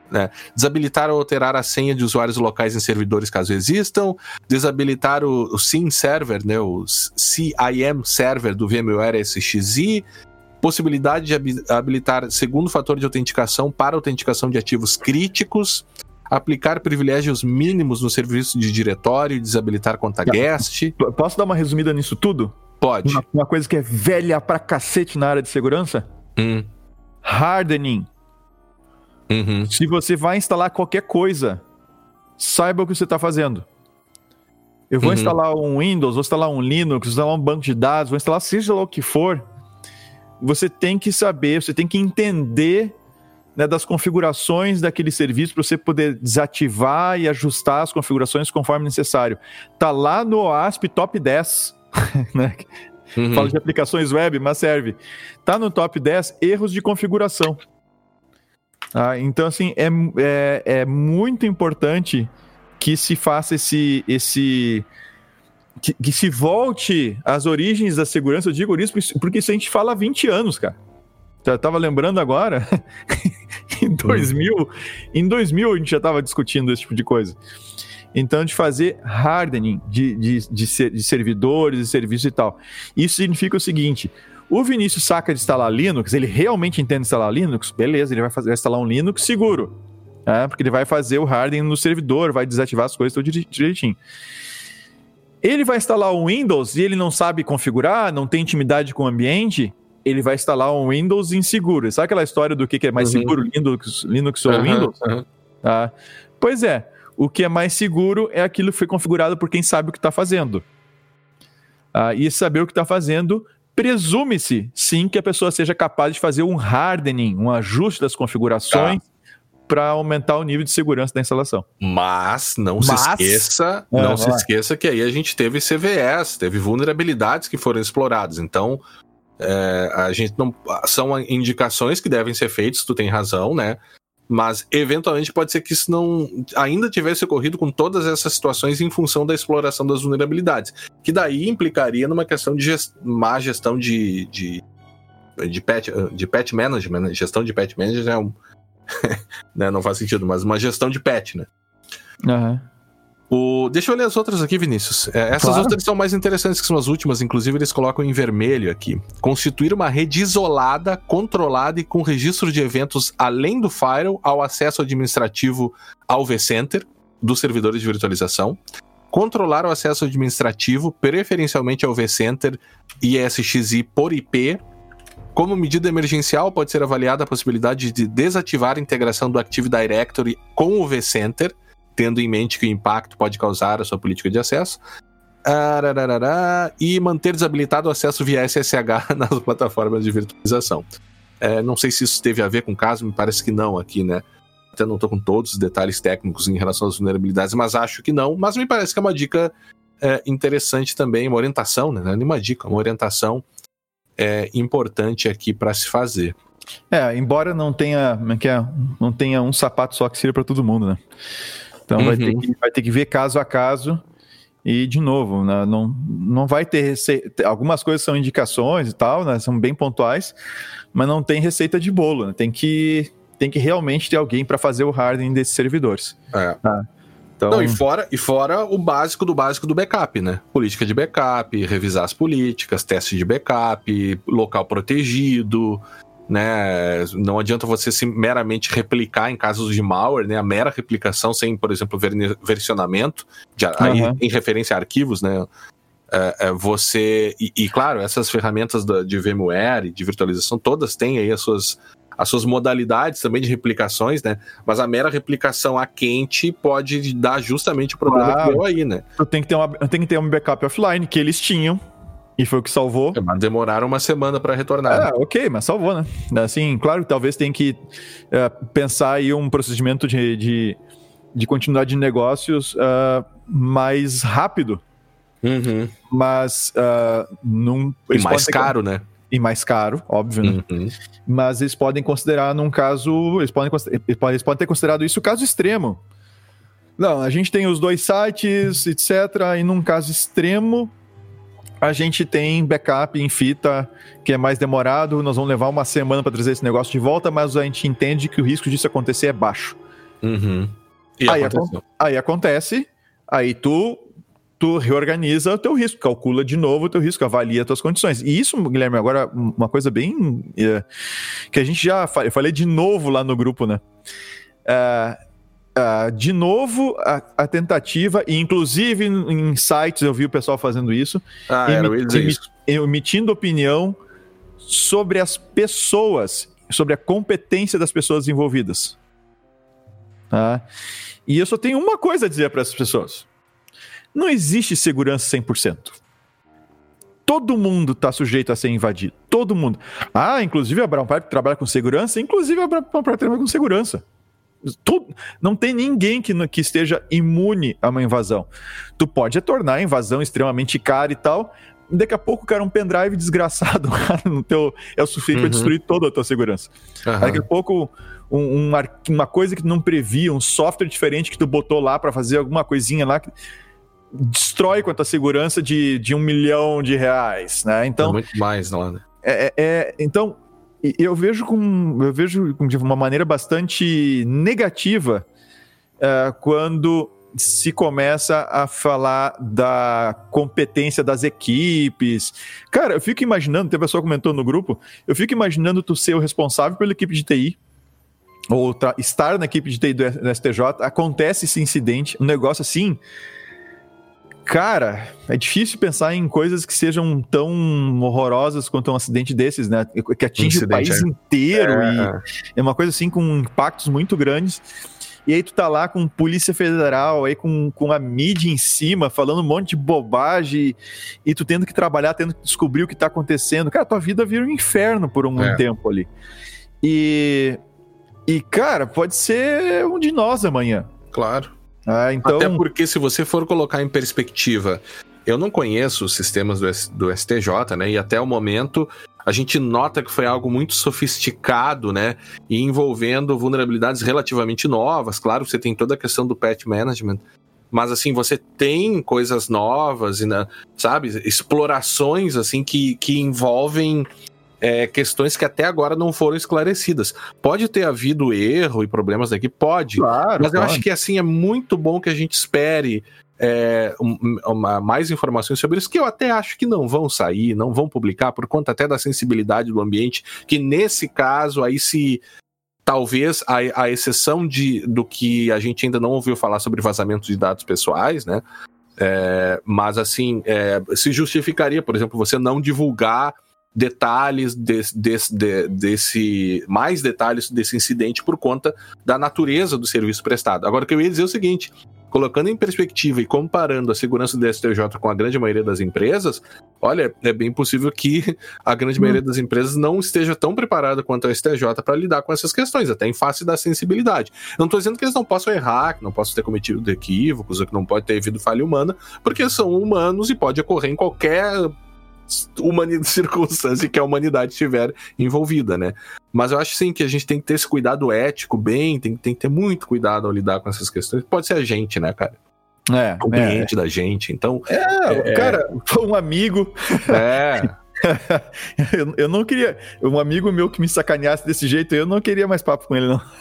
né? Desabilitar ou alterar a senha de usuários locais em servidores caso existam, desabilitar o SIEM Server, né, o CIEM Server do VMware SXI, possibilidade de habilitar segundo fator de autenticação para autenticação de ativos críticos, aplicar privilégios mínimos no serviço de diretório e desabilitar conta guest. Posso dar uma resumida nisso tudo? Pode. Uma coisa que é velha pra cacete na área de segurança? Hardening. Se você vai instalar qualquer coisa, saiba o que você está fazendo. Eu vou instalar um Windows, vou instalar um Linux, vou instalar um banco de dados, vou instalar seja lá o que for. Você tem que saber, você tem que entender, né, das configurações daquele serviço para você poder desativar e ajustar as configurações conforme necessário. Tá lá no OASP Top 10, né? Falo de aplicações web, mas serve. Tá no Top 10 erros de configuração. Então, assim, é muito importante que se faça que se volte às origens da segurança. Eu digo isso porque isso a gente fala há 20 anos, cara. Eu tava lembrando agora, em 2000 a gente já estava discutindo esse tipo de coisa. Então, de fazer hardening de servidores e serviços e tal. Isso significa o seguinte: o Vinícius saca de instalar Linux, ele realmente entende instalar Linux, beleza, ele vai instalar um Linux seguro, porque ele vai fazer o hardening no servidor, vai desativar as coisas tudo direitinho. Ele vai instalar um Windows e ele não sabe configurar, não tem intimidade com o ambiente, ele vai instalar um Windows inseguro. Sabe aquela história do que é mais seguro, Linux ou Windows? Pois é, o que é mais seguro é aquilo que foi configurado por quem sabe o que está fazendo. E saber o que está fazendo, presume-se, sim, que a pessoa seja capaz de fazer um hardening, um ajuste das configurações para aumentar o nível de segurança da instalação. Mas não se esqueça que aí a gente teve CVEs, teve vulnerabilidades que foram exploradas. Então, a gente não... São indicações que devem ser feitas, tu tem razão, né? Mas, eventualmente, pode ser que isso não ainda tivesse ocorrido com todas essas situações em função da exploração das vulnerabilidades. Que daí implicaria numa questão de má gestão de patch management, né? Gestão de patch management é um... né? Não faz sentido, mas uma gestão de patch, né? Deixa eu ler as outras aqui, Vinícius. Essas outras são mais interessantes, que são as últimas, inclusive eles colocam em vermelho aqui. Constituir uma rede isolada, controlada e com registro de eventos além do firewall ao acesso administrativo ao vCenter dos servidores de virtualização. Controlar o acesso administrativo, preferencialmente ao vCenter e SXI por IP. Como medida emergencial, pode ser avaliada a possibilidade de desativar a integração do Active Directory com o vCenter, tendo em mente que o impacto pode causar a sua política de acesso, e manter desabilitado o acesso via SSH nas plataformas de virtualização. Não sei se isso teve a ver com o caso, me parece que não aqui, né? Até não estou com todos os detalhes técnicos em relação às vulnerabilidades, mas acho que não. Mas me parece que é uma dica interessante também, uma orientação, né? Não é uma dica, uma orientação importante aqui para se fazer. Embora não tenha um sapato só que sirva para todo mundo, né? Então vai ter que ver caso a caso e, de novo, né, não vai ter receita. Algumas coisas são indicações e tal, né, são bem pontuais, mas não tem receita de bolo, né? Tem que realmente ter alguém para fazer o hardening desses servidores. Então... Não, e fora o básico do backup, né? Política de backup, revisar as políticas, teste de backup, local protegido, né? Não adianta você meramente replicar em casos de malware, né? A mera replicação sem, por exemplo, versionamento, aí, em referência a arquivos, né? Claro, essas ferramentas de VMware e de virtualização, todas têm aí as suas modalidades também de replicações, né? Mas a mera replicação a quente pode dar justamente o problema que deu aí, né? Tem que ter um backup offline, que eles tinham, e foi o que salvou. Mas demoraram uma semana para retornar. Ok, mas salvou, né? Assim, claro que talvez tenha que pensar aí um procedimento de continuidade de negócios mais rápido. Mas e mais caro, né? E mais caro, óbvio, né? Mas eles podem considerar num caso... Eles podem ter considerado isso caso extremo. Não, a gente tem os 2 sites, etc. E num caso extremo, a gente tem backup em fita, que é mais demorado. Nós vamos levar uma semana para trazer esse negócio de volta, mas a gente entende que o risco disso acontecer é baixo. Uhum. E Aí acontece, aí tu reorganiza o teu risco, calcula de novo o teu risco, avalia as tuas condições. E isso, Guilherme, agora uma coisa bem... que a gente eu falei de novo lá no grupo, né? De novo, a tentativa, e inclusive em sites eu vi o pessoal fazendo isso, emitindo opinião sobre as pessoas, sobre a competência das pessoas envolvidas. Tá? E eu só tenho uma coisa a dizer para essas pessoas. Não existe segurança 100%. Todo mundo está sujeito a ser invadido. Todo mundo. Inclusive a Brown Pipe trabalha com segurança, inclusive a Brown Pipe trabalha com segurança. Não tem ninguém que esteja imune a uma invasão. Tu pode tornar a invasão extremamente cara e tal. Daqui a pouco, cara, um pendrive desgraçado no teu é o suficiente para destruir toda a tua segurança. Daqui a pouco, uma coisa que tu não previa, um software diferente que tu botou lá para fazer alguma coisinha lá, que destrói com a tua segurança de R$1 milhão, né? Então, é muito mais, não, né? Então, eu vejo de uma maneira bastante negativa quando se começa a falar da competência das equipes. Cara, eu fico imaginando, tem uma pessoa comentou no grupo, eu fico imaginando tu ser o responsável pela equipe de TI, ou estar na equipe de TI do STJ, acontece esse incidente, um negócio assim. Cara, é difícil pensar em coisas que sejam tão horrorosas quanto um acidente desses, né? Que atinge o país inteiro e é uma coisa assim com impactos muito grandes. E aí tu tá lá com Polícia Federal, aí com a mídia em cima, falando um monte de bobagem, e tu tendo que trabalhar, tendo que descobrir o que tá acontecendo. Cara, tua vida vira um inferno por um tempo ali. E, cara, pode ser um de nós amanhã. Claro. Então... Até porque, se você for colocar em perspectiva, eu não conheço os sistemas do STJ, né? E até o momento a gente nota que foi algo muito sofisticado, né? E envolvendo vulnerabilidades relativamente novas. Claro, você tem toda a questão do patch management, mas assim, você tem coisas novas, sabe? Explorações assim que envolvem questões que até agora não foram esclarecidas. Pode ter havido erro e problemas daqui? Pode. Claro, mas eu acho que assim é muito bom que a gente espere mais informações sobre isso, que eu até acho que não vão sair, não vão publicar, por conta até da sensibilidade do ambiente, que nesse caso aí se... Talvez a exceção do que a gente ainda não ouviu falar sobre vazamentos de dados pessoais, né? Mas assim, se justificaria, por exemplo, você não divulgar detalhes mais detalhes desse incidente por conta da natureza do serviço prestado. Agora, o que eu ia dizer é o seguinte, colocando em perspectiva e comparando a segurança do STJ com a grande maioria das empresas, olha, é bem possível que a grande maioria das empresas não esteja tão preparada quanto a STJ para lidar com essas questões, até em face da sensibilidade. Não estou dizendo que eles não possam errar, que não possam ter cometido equívocos, ou que não pode ter havido falha humana, porque são humanos e pode ocorrer em qualquer circunstância que a humanidade estiver envolvida, né? Mas eu acho sim que a gente tem que ter esse cuidado ético tem que ter muito cuidado ao lidar com essas questões. Pode ser a gente, né, cara? O cliente da gente, então... Cara, um amigo... eu não queria... Um amigo meu que me sacaneasse desse jeito, eu não queria mais papo com ele, não.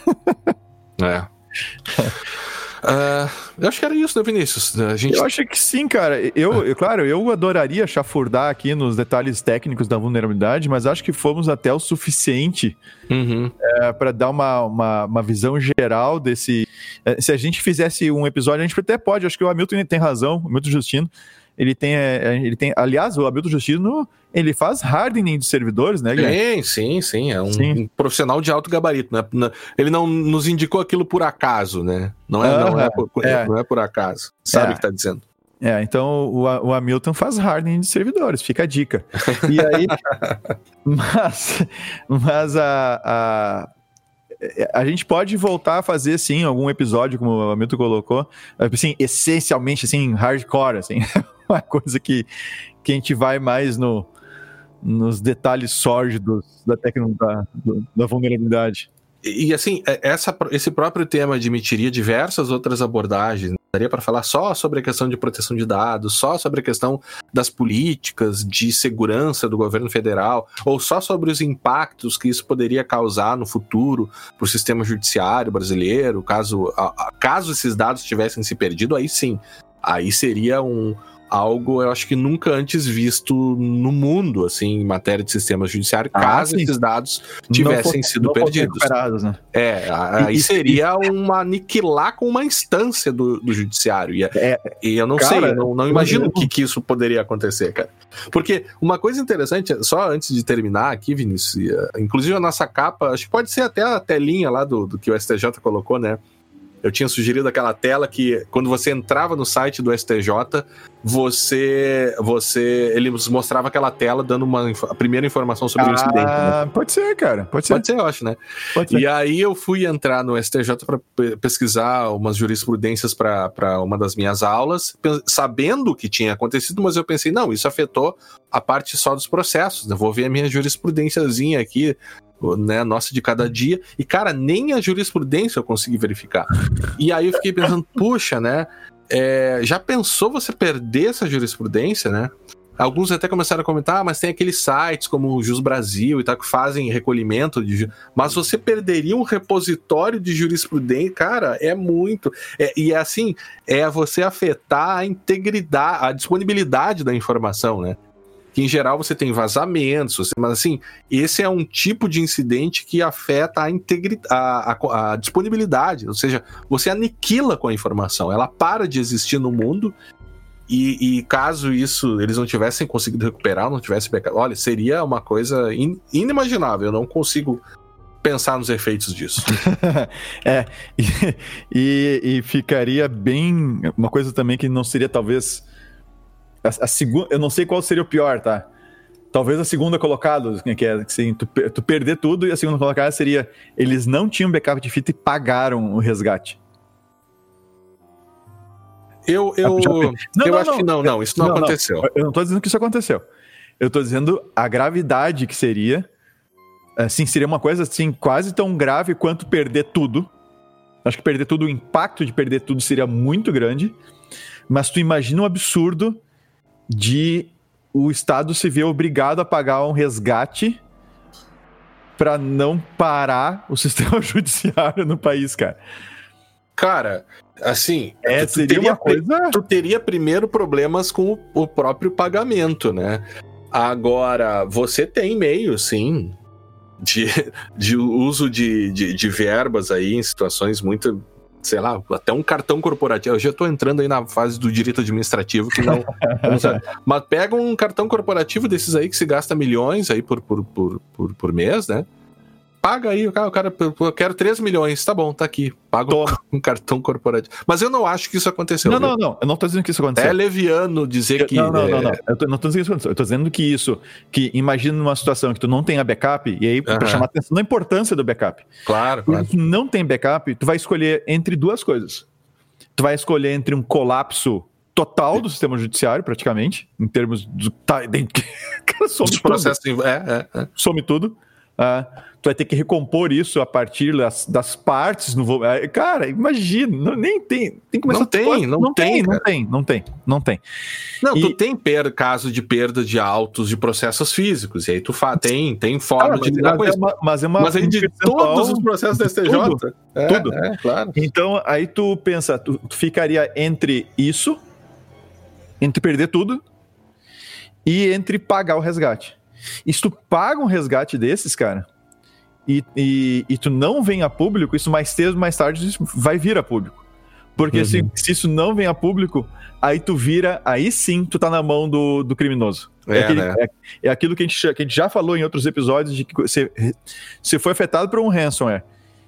Eu acho que era isso, né, Vinícius? Eu acho que sim, cara. Claro, eu adoraria chafurdar aqui nos detalhes técnicos da vulnerabilidade, mas acho que fomos até o suficiente para dar uma visão geral desse... Se a gente fizesse um episódio, a gente até pode, acho que o Hamilton tem razão, o Hamilton Justino, ele tem, aliás, o Hamilton Justino, ele faz hardening de servidores, né, Guilherme? Sim, é um profissional de alto gabarito, né? Ele não nos indicou aquilo por acaso, né? Não é por acaso, sabe o que tá dizendo. Então o Hamilton faz hardening de servidores, fica a dica. E aí, mas a gente pode voltar a fazer, sim, algum episódio, como o Hamilton colocou, assim, essencialmente, assim, hardcore, assim, uma coisa que a gente vai mais nos detalhes sórdidos da técnica da vulnerabilidade. E assim, esse próprio tema admitiria diversas outras abordagens, daria para falar só sobre a questão de proteção de dados, só sobre a questão das políticas de segurança do governo federal, ou só sobre os impactos que isso poderia causar no futuro para o sistema judiciário brasileiro, caso esses dados tivessem se perdido, aí sim, aí seria algo, eu acho que nunca antes visto no mundo, assim, em matéria de sistema judiciário, caso esses dados tivessem sido perdidos. Né? Aí seria aniquilar com uma instância do judiciário. E eu não sei, eu não imagino o que isso poderia acontecer, cara. Porque uma coisa interessante, só antes de terminar aqui, Vinícius, inclusive a nossa capa, acho que pode ser até a telinha lá do que o STJ colocou, né? Eu tinha sugerido aquela tela que, quando você entrava no site do STJ, eles mostravam aquela tela dando a primeira informação sobre o incidente. Né? Pode ser, cara. Pode ser, eu acho, né? E aí eu fui entrar no STJ para pesquisar umas jurisprudências para uma das minhas aulas, sabendo o que tinha acontecido, mas eu pensei, não, isso afetou a parte só dos processos, né? Vou ver a minha jurisprudênciazinha aqui, né, nossa de cada dia, e cara, nem a jurisprudência eu consegui verificar. E aí eu fiquei pensando, puxa, né, já pensou você perder essa jurisprudência, né? Alguns até começaram a comentar, mas tem aqueles sites como o Jus Brasil e tal, que fazem recolhimento mas você perderia um repositório de jurisprudência, cara, é muito, e assim, você afetar a integridade, a disponibilidade da informação, né? Que em geral você tem vazamentos, mas assim, esse é um tipo de incidente que afeta a disponibilidade, ou seja, você aniquila com a informação, ela para de existir no mundo, e caso isso eles não tivessem conseguido recuperar, não tivessem backup, olha, seria uma coisa inimaginável, eu não consigo pensar nos efeitos disso. E ficaria bem, uma coisa também que não seria talvez... A segunda, eu não sei qual seria o pior, tá? Talvez a segunda colocada, que é assim, tu perder tudo, e a segunda colocada seria: eles não tinham backup de fita e pagaram o resgate. Eu acho que não, isso não aconteceu. Eu não tô dizendo que isso aconteceu. Eu tô dizendo a gravidade que seria. Assim, seria uma coisa assim, quase tão grave quanto perder tudo. Acho que perder tudo, o impacto de perder tudo seria muito grande. Mas tu imagina um absurdo de o Estado se ver obrigado a pagar um resgate para não parar o sistema judiciário no país, cara. Cara, assim, seria uma coisa... Tu teria primeiro problemas com o próprio pagamento, né? Agora, você tem meio, sim, de uso de verbas aí em situações muito... sei lá, até um cartão corporativo. Eu já tô entrando aí na fase do direito administrativo que não sabe. Mas pega um cartão corporativo desses aí que se gasta milhões aí por mês, né? Paga aí, o cara, eu quero 3 milhões, tá bom, tá aqui. Paga um cartão corporativo. Mas eu não acho que isso aconteceu. Não, eu não tô dizendo que isso aconteceu. É leviano dizer que... Não. Eu não tô dizendo que isso aconteceu. Eu tô dizendo que imagina numa situação que tu não tenha backup, e aí pra chamar atenção da importância do backup. Claro. Se não tem backup, tu vai escolher entre duas coisas. Tu vai escolher entre um colapso total do sistema judiciário, praticamente, em termos do... Cara, some tudo. Processos, some tudo. Tu vai ter que recompor isso a partir das partes. Cara, imagina, nem tem. Tem que começar Não tem. Não, tu tem caso de perda de autos de processos físicos, e aí tu tem forma de lidar com isso. Mas aí de todos os processos da STJ. Tudo. Claro. Então, aí tu pensa, tu ficaria entre isso, entre perder tudo, e entre pagar o resgate. E se tu paga um resgate desses, cara, e tu não vem a público, isso mais cedo ou mais tarde isso vai vir a público. Porque se isso não vem a público, aí sim tu tá na mão do criminoso. É aquilo que a gente já falou em outros episódios, de que você foi afetado por um ransomware.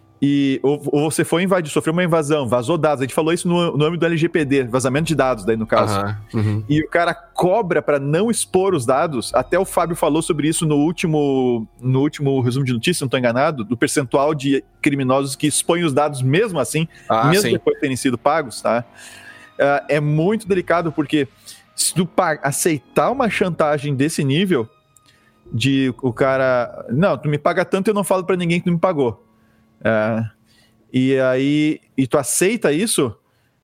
Ou você sofreu uma invasão, vazou dados. A gente falou isso no âmbito do LGPD, vazamento de dados, daí no caso. E o cara cobra para não expor os dados. Até o Fábio falou sobre isso no último resumo de notícias, se não estou enganado, do percentual de criminosos que expõem os dados mesmo assim, depois de terem sido pagos, tá? É muito delicado, porque se tu aceitar uma chantagem desse nível, de o cara... Não, tu me paga tanto, eu não falo para ninguém que tu me pagou. E tu aceita isso,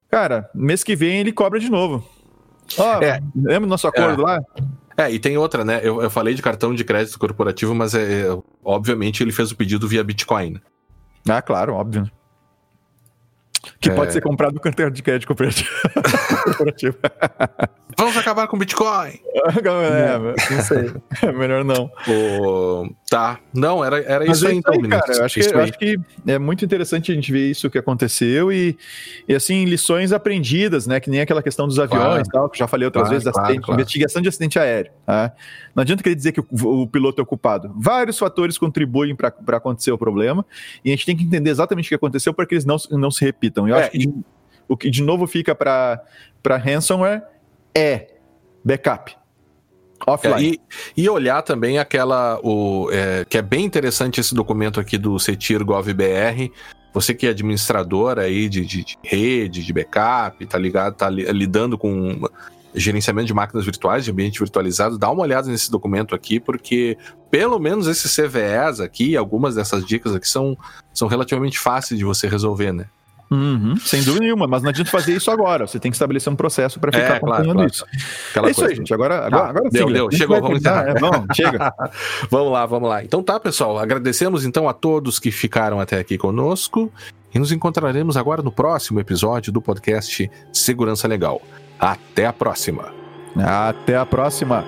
Cara, mês que vem ele cobra de novo. Lembra do nosso acordo lá? E tem outra, né? Eu falei de cartão de crédito corporativo, mas obviamente ele fez o pedido via Bitcoin. Ah, claro, óbvio. Que pode ser comprado no cartão de crédito corporativo. Vamos acabar com Bitcoin! Não sei. Melhor não. Tá. Não, era mas isso aí, então, cara. Eu acho que é muito interessante a gente ver isso que aconteceu e assim, lições aprendidas, né? Que nem aquela questão dos aviões, tal, que já falei outras vezes, investigação de acidente aéreo. Tá? Não adianta querer dizer que o piloto é o culpado. Vários fatores contribuem para acontecer o problema e a gente tem que entender exatamente o que aconteceu para que eles não se repitam. Eu acho que o que de novo fica para ransomware é backup. Offline. E olhar também que é bem interessante esse documento aqui do CETIR Gov.br. Você que é administrador aí de rede, de backup, tá lidando com gerenciamento de máquinas virtuais, de ambiente virtualizado, dá uma olhada nesse documento aqui, porque pelo menos esses CVEs aqui, algumas dessas dicas aqui são relativamente fáceis de você resolver, né? Sem dúvida nenhuma, mas não adianta fazer isso agora. Você tem que estabelecer um processo para ficar acompanhando isso. Aquela isso aí, gente. Agora deu. Chegou, vamos encerrar. Chega. Vamos lá. Então tá, pessoal. Agradecemos então a todos que ficaram até aqui conosco e nos encontraremos agora no próximo episódio do podcast Segurança Legal. Até a próxima. Até a próxima.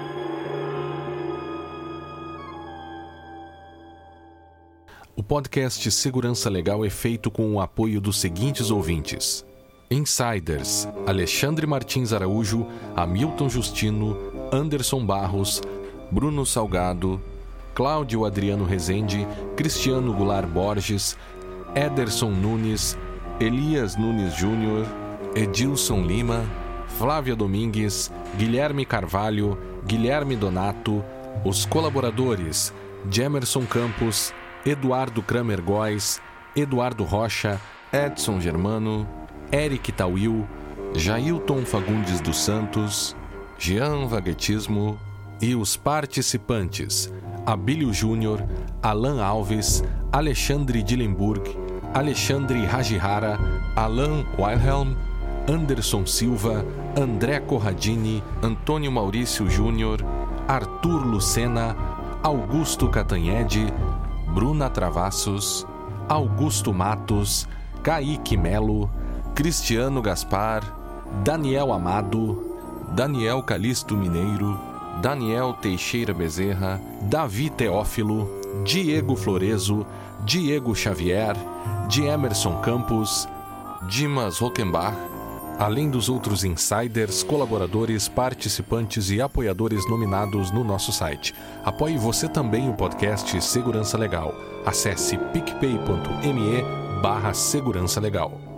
O podcast Segurança Legal é feito com o apoio dos seguintes ouvintes: Insiders, Alexandre Martins Araújo, Hamilton Justino, Anderson Barros, Bruno Salgado, Cláudio Adriano Rezende, Cristiano Goulart Borges, Ederson Nunes, Elias Nunes Júnior, Edilson Lima, Flávia Domingues, Guilherme Carvalho, Guilherme Donato, os colaboradores Jemerson Campos, Eduardo Kramer Góes, Eduardo Rocha, Edson Germano, Eric Tawil, Jailton Fagundes dos Santos, Jean Vaguetismo e os participantes Abílio Júnior, Alan Alves, Alexandre Dillenburg, Alexandre Hajihara, Alan Wilhelm, Anderson Silva, André Corradini, Antônio Maurício Júnior, Arthur Lucena, Augusto Catanhede, Bruna Travassos, Augusto Matos, Kaique Melo, Cristiano Gaspar, Daniel Amado, Daniel Calisto Mineiro, Daniel Teixeira Bezerra, Davi Teófilo, Diego Florezo, Diego Xavier, Emerson Campos, Dimas Rockenbach, além dos outros insiders, colaboradores, participantes e apoiadores nominados no nosso site. Apoie você também o podcast Segurança Legal. Acesse picpay.me/Segurança Legal.